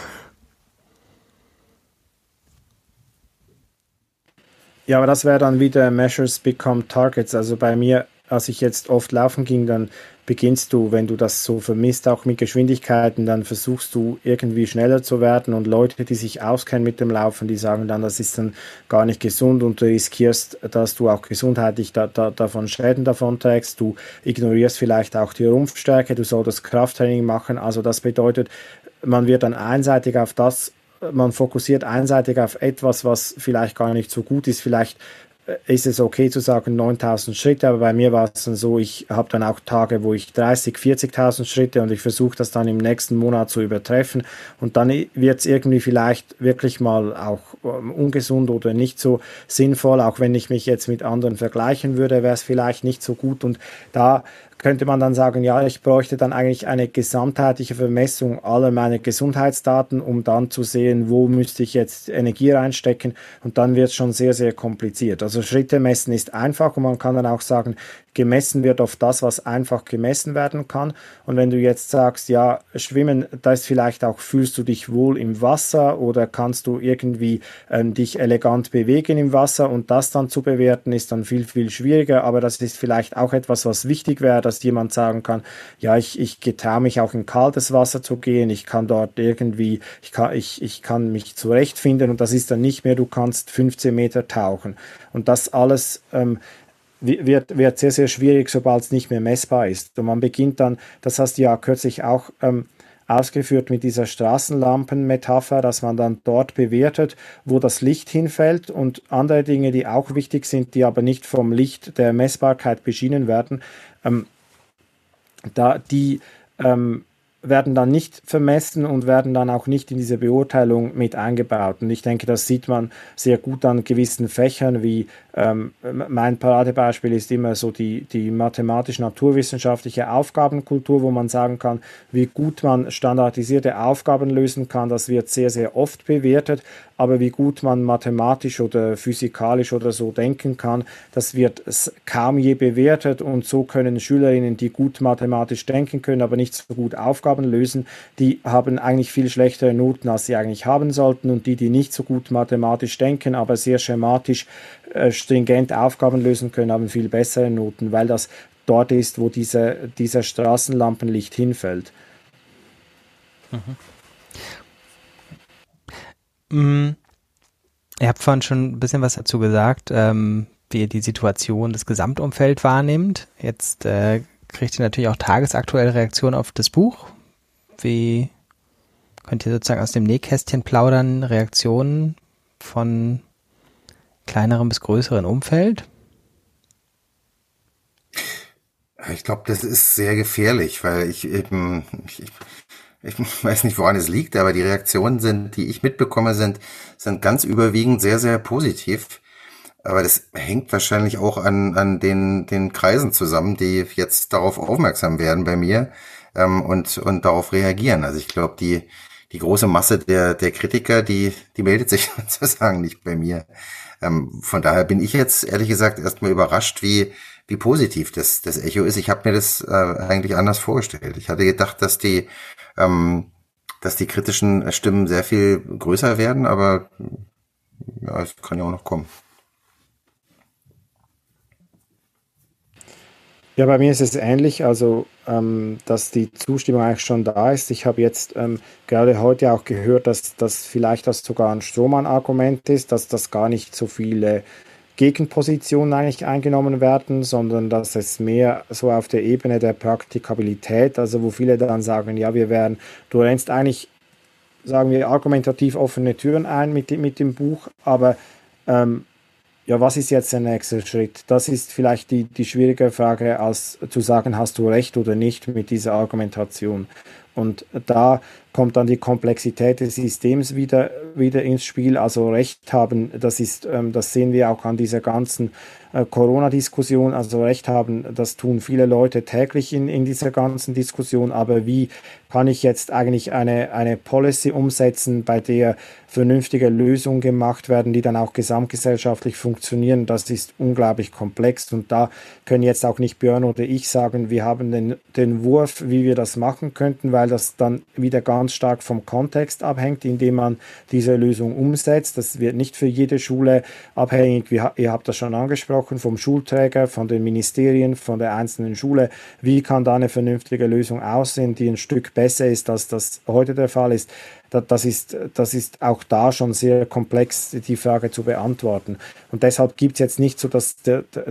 Ja, aber das wäre dann wieder Measures become Targets. Also bei mir, als ich jetzt oft laufen ging, dann beginnst du, wenn du das so vermisst, auch mit Geschwindigkeiten, dann versuchst du irgendwie schneller zu werden und Leute, die sich auskennen mit dem Laufen, die sagen dann, das ist dann gar nicht gesund und du riskierst, dass du auch gesundheitlich da, da, davon Schäden davon trägst. Du ignorierst vielleicht auch die Rumpfstärke, du solltest Krafttraining machen. Also das bedeutet, man wird dann einseitig auf das man fokussiert einseitig auf etwas, was vielleicht gar nicht so gut ist. Vielleicht ist es okay zu sagen neuntausend Schritte, aber bei mir war es dann so, ich habe dann auch Tage, wo ich dreißig, vierzigtausend Schritte und ich versuche das dann im nächsten Monat zu übertreffen und dann wird es irgendwie vielleicht wirklich mal auch ähm, ungesund oder nicht so sinnvoll, auch wenn ich mich jetzt mit anderen vergleichen würde, wäre es vielleicht nicht so gut und da könnte man dann sagen, ja, ich bräuchte dann eigentlich eine gesamtheitliche Vermessung aller meiner Gesundheitsdaten, um dann zu sehen, wo müsste ich jetzt Energie reinstecken und dann wird es schon sehr, sehr kompliziert. Also Schritte messen ist einfach und man kann dann auch sagen, gemessen wird auf das, was einfach gemessen werden kann. Und wenn du jetzt sagst, ja, Schwimmen, da ist vielleicht auch, fühlst du dich wohl im Wasser oder kannst du irgendwie ähm, dich elegant bewegen im Wasser und das dann zu bewerten, ist dann viel, viel schwieriger. Aber das ist vielleicht auch etwas, was wichtig wäre, dass jemand sagen kann, ja, ich, ich getraue mich auch in kaltes Wasser zu gehen, ich kann dort irgendwie, ich kann, ich, ich kann mich zurechtfinden und das ist dann nicht mehr, du kannst fünfzehn Meter tauchen. Und das alles ähm, wird, wird sehr, sehr schwierig, sobald es nicht mehr messbar ist. Und man beginnt dann, das hast du ja kürzlich auch ähm, ausgeführt mit dieser Straßenlampen-Metapher, dass man dann dort bewertet, wo das Licht hinfällt und andere Dinge, die auch wichtig sind, die aber nicht vom Licht der Messbarkeit beschienen werden, ähm, da die ähm, werden dann nicht vermessen und werden dann auch nicht in diese Beurteilung mit eingebaut. Und ich denke, das sieht man sehr gut an gewissen Fächern, wie ähm, mein Paradebeispiel ist immer so die, die mathematisch-naturwissenschaftliche Aufgabenkultur, wo man sagen kann, wie gut man standardisierte Aufgaben lösen kann, das wird sehr, sehr oft bewertet, aber wie gut man mathematisch oder physikalisch oder so denken kann, das wird kaum je bewertet und so können Schülerinnen, die gut mathematisch denken können, aber nicht so gut Aufgaben lösen, die haben eigentlich viel schlechtere Noten, als sie eigentlich haben sollten und die, die nicht so gut mathematisch denken, aber sehr schematisch äh, stringent Aufgaben lösen können, haben viel bessere Noten, weil das dort ist, wo diese, dieser Straßenlampenlicht hinfällt. Mhm. Mm, ihr habt vorhin schon ein bisschen was dazu gesagt, ähm, wie ihr die Situation, das Gesamtumfeld wahrnehmt. Jetzt äh, kriegt ihr natürlich auch tagesaktuelle Reaktionen auf das Buch. Wie könnt ihr sozusagen aus dem Nähkästchen plaudern, Reaktionen von kleinerem bis größeren Umfeld? Ich glaube, das ist sehr gefährlich, weil ich eben, ich, ich weiß nicht, woran es liegt, aber die Reaktionen sind, die ich mitbekomme, sind, sind ganz überwiegend sehr, sehr positiv. Aber das hängt wahrscheinlich auch an, an den, den Kreisen zusammen, die jetzt darauf aufmerksam werden bei mir, ähm, und, und darauf reagieren. Also ich glaube, die, die große Masse der, der Kritiker, die, die meldet sich sozusagen nicht bei mir. Ähm, von daher bin ich jetzt ehrlich gesagt erstmal überrascht, wie, wie positiv das, das Echo ist. Ich habe mir das äh, eigentlich anders vorgestellt. Ich hatte gedacht, dass die, ähm, dass die kritischen Stimmen sehr viel größer werden, aber ja, es kann ja auch noch kommen. Ja, bei mir ist es ähnlich, also ähm, dass die Zustimmung eigentlich schon da ist. Ich habe jetzt ähm, gerade heute auch gehört, dass das vielleicht das sogar ein Strohmann-Argument ist, dass das gar nicht so viele Gegenpositionen eigentlich eingenommen werden, sondern dass es mehr so auf der Ebene der Praktikabilität, also wo viele dann sagen, ja, wir werden, du rennst eigentlich, sagen wir, argumentativ offene Türen ein mit, mit dem Buch, aber ähm, ja, was ist jetzt der nächste Schritt? Das ist vielleicht die, die schwierige Frage, als zu sagen, hast du recht oder nicht mit dieser Argumentation. Und da kommt dann die Komplexität des Systems wieder, wieder ins Spiel. Also Recht haben, das ist, ähm, das sehen wir auch an dieser ganzen äh, Corona-Diskussion. Also Recht haben, das tun viele Leute täglich in, in dieser ganzen Diskussion. Aber wie kann ich jetzt eigentlich eine, eine Policy umsetzen, bei der vernünftige Lösungen gemacht werden, die dann auch gesamtgesellschaftlich funktionieren? Das ist unglaublich komplex. Und da können jetzt auch nicht Björn oder ich sagen, wir haben den, den Wurf, wie wir das machen könnten, weil das dann wieder ganz stark vom Kontext abhängt, in dem man diese Lösung umsetzt. Das wird nicht für jede Schule abhängig, wie, ihr habt das schon angesprochen, vom Schulträger, von den Ministerien, von der einzelnen Schule. Wie kann da eine vernünftige Lösung aussehen, die ein Stück besser ist, als das heute der Fall ist? Das ist, das ist auch da schon sehr komplex, die Frage zu beantworten. Und deshalb gibt es jetzt nicht so, dass der, der,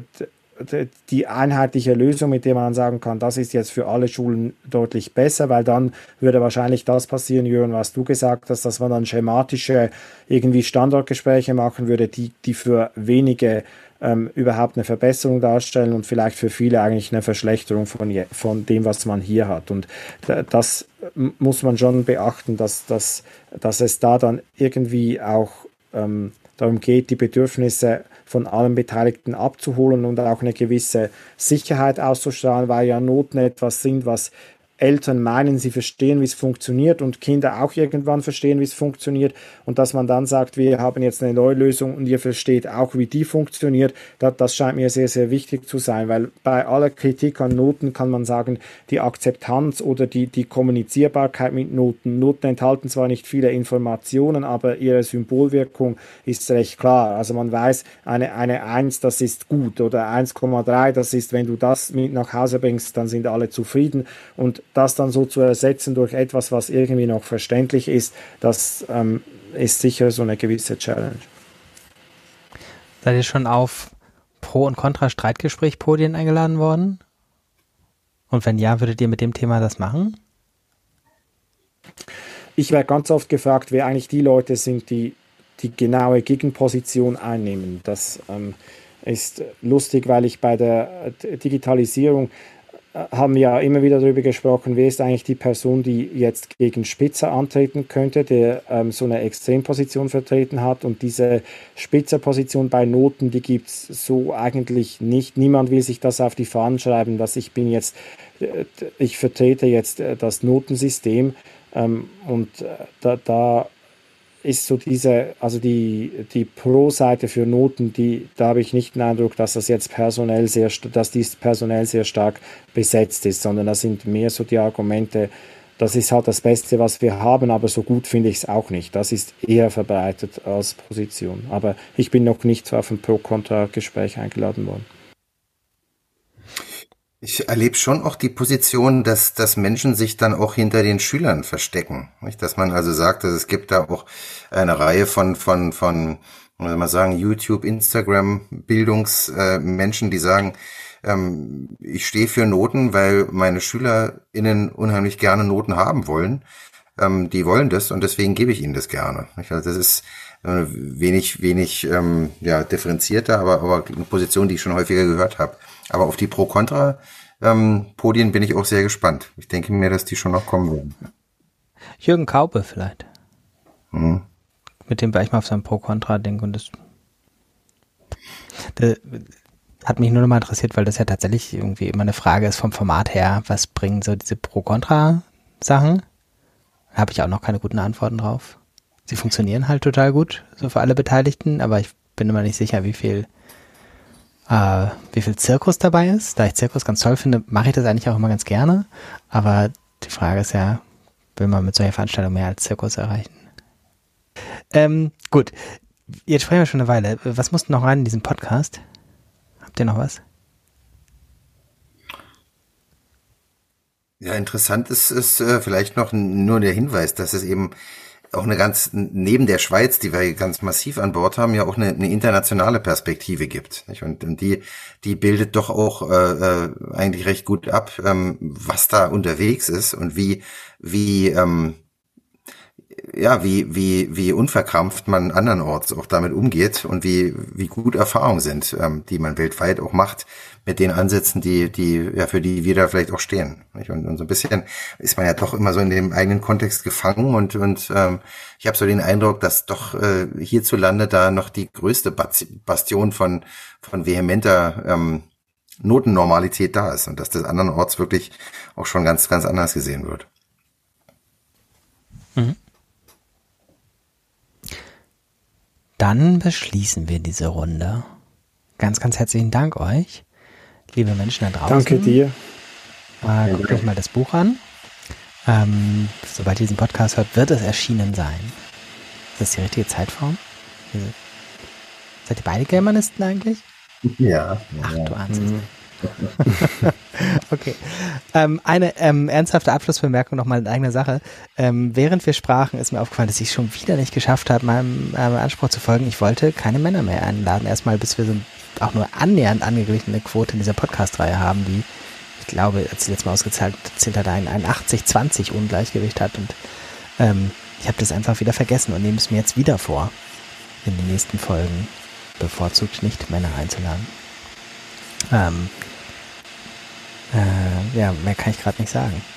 die einheitliche Lösung, mit der man sagen kann, das ist jetzt für alle Schulen deutlich besser, weil dann würde wahrscheinlich das passieren, Jürgen, was du gesagt hast, dass man dann schematische irgendwie Standortgespräche machen würde, die, die für wenige ähm, überhaupt eine Verbesserung darstellen und vielleicht für viele eigentlich eine Verschlechterung von, je, von dem, was man hier hat. Und das muss man schon beachten, dass, dass, dass es da dann irgendwie auch ähm, darum geht, die Bedürfnisse von allen Beteiligten abzuholen und auch eine gewisse Sicherheit auszustrahlen, weil ja Noten etwas sind, was Eltern meinen, sie verstehen, wie es funktioniert und Kinder auch irgendwann verstehen, wie es funktioniert und dass man dann sagt, wir haben jetzt eine neue Lösung und ihr versteht auch, wie die funktioniert, das, das scheint mir sehr, sehr wichtig zu sein, weil bei aller Kritik an Noten kann man sagen, die Akzeptanz oder die, die Kommunizierbarkeit mit Noten, Noten enthalten zwar nicht viele Informationen, aber ihre Symbolwirkung ist recht klar, also man weiß, eine, eine eins, das ist gut oder eins Komma drei, das ist, wenn du das mit nach Hause bringst, dann sind alle zufrieden und das dann so zu ersetzen durch etwas, was irgendwie noch verständlich ist, das ähm, ist sicher so eine gewisse Challenge. Seid ihr schon auf Pro- und Contra-Streitgespräch-Podien eingeladen worden? Und wenn ja, würdet ihr mit dem Thema das machen? Ich werde ganz oft gefragt, wer eigentlich die Leute sind, die die genaue Gegenposition einnehmen. Das ähm, ist lustig, weil ich bei der Digitalisierung haben wir ja immer wieder darüber gesprochen, wer ist eigentlich die Person, die jetzt gegen Spitzer antreten könnte, der ähm, so eine Extremposition vertreten hat. Und diese Spitzerposition bei Noten, die gibt es so eigentlich nicht. Niemand will sich das auf die Fahnen schreiben, dass ich bin jetzt, äh, ich vertrete jetzt äh, das Notensystem. Ähm, und äh, da, da ist so diese, also die, die Pro-Seite für Noten, die, da habe ich nicht den Eindruck, dass das jetzt personell sehr, dass dies personell sehr stark besetzt ist, sondern das sind mehr so die Argumente, das ist halt das Beste, was wir haben, aber so gut finde ich es auch nicht. Das ist eher verbreitet als Position. Aber ich bin noch nicht auf ein Pro-Kontra-Gespräch eingeladen worden. Ich erlebe schon auch die Position, dass, dass Menschen sich dann auch hinter den Schülern verstecken. Nicht? Dass man also sagt, dass es gibt da auch eine Reihe von, von, von, muss man sagen, YouTube, Instagram, Bildungsmenschen, äh, die sagen, ähm, ich stehe für Noten, weil meine SchülerInnen unheimlich gerne Noten haben wollen. Ähm, die wollen das und deswegen gebe ich ihnen das gerne. Nicht? Also das ist äh, wenig, wenig, ähm, ja, differenzierter, aber, aber eine Position, die ich schon häufiger gehört habe. Aber auf die Pro-Kontra-Podien ähm, bin ich auch sehr gespannt. Ich denke mir, dass die schon noch kommen werden. Jürgen Kaupe vielleicht. Mhm. Mit dem war ich mal auf seinem Pro-Kontra-Ding und das, das hat mich nur noch mal interessiert, weil das ja tatsächlich irgendwie immer eine Frage ist vom Format her, was bringen so diese Pro-Kontra-Sachen? Da habe ich auch noch keine guten Antworten drauf. Sie funktionieren halt total gut, so für alle Beteiligten, aber ich bin immer nicht sicher, wie viel Uh, wie viel Zirkus dabei ist. Da ich Zirkus ganz toll finde, mache ich das eigentlich auch immer ganz gerne. Aber die Frage ist ja, will man mit solcher Veranstaltung mehr als Zirkus erreichen? Ähm, gut, jetzt sprechen wir schon eine Weile. Was musste noch rein in diesen Podcast? Habt ihr noch was? Ja, interessant ist, ist äh, vielleicht noch nur der Hinweis, dass es eben auch eine ganz, neben der Schweiz, die wir ganz massiv an Bord haben, ja auch eine, eine internationale Perspektive gibt. Nicht? Und, und die, die bildet doch auch äh, eigentlich recht gut ab, ähm, was da unterwegs ist und wie, wie, ähm, ja, wie, wie, wie unverkrampft man andernorts auch damit umgeht und wie, wie gut Erfahrungen sind, ähm, die man weltweit auch macht mit den Ansätzen, die, die, ja, für die wir da vielleicht auch stehen. Nicht? Und, und so ein bisschen ist man ja doch immer so in dem eigenen Kontext gefangen und, und, ähm, ich habe so den Eindruck, dass doch, äh, hierzulande da noch die größte Bastion von, von vehementer, ähm, Notennormalität da ist und dass das andernorts wirklich auch schon ganz, ganz anders gesehen wird. Mhm. Dann beschließen wir diese Runde. Ganz, ganz herzlichen Dank euch, liebe Menschen da draußen. Danke dir. Äh, guckt euch mal das Buch an. Ähm, sobald ihr diesen Podcast hört, wird es erschienen sein. Ist das die richtige Zeitform? Seid ihr beide Germanisten eigentlich? Ja. Ach, ja. du ahnst es. Okay. Ähm, eine ähm, ernsthafte Abschlussbemerkung nochmal in eigener Sache. Ähm, während wir sprachen, ist mir aufgefallen, dass ich schon wieder nicht geschafft habe, meinem äh, Anspruch zu folgen. Ich wollte keine Männer mehr einladen. Erstmal, bis wir so auch nur annähernd angeglichene Quote in dieser Podcast-Reihe haben, die, ich glaube, als sie jetzt mal ausgezählt hat, ein, ein achtzig zwanzig Ungleichgewicht hat. Und ähm, ich habe das einfach wieder vergessen und nehme es mir jetzt wieder vor, in den nächsten Folgen bevorzugt nicht Männer einzuladen. Ähm, Äh, ja, mehr kann ich gerade nicht sagen.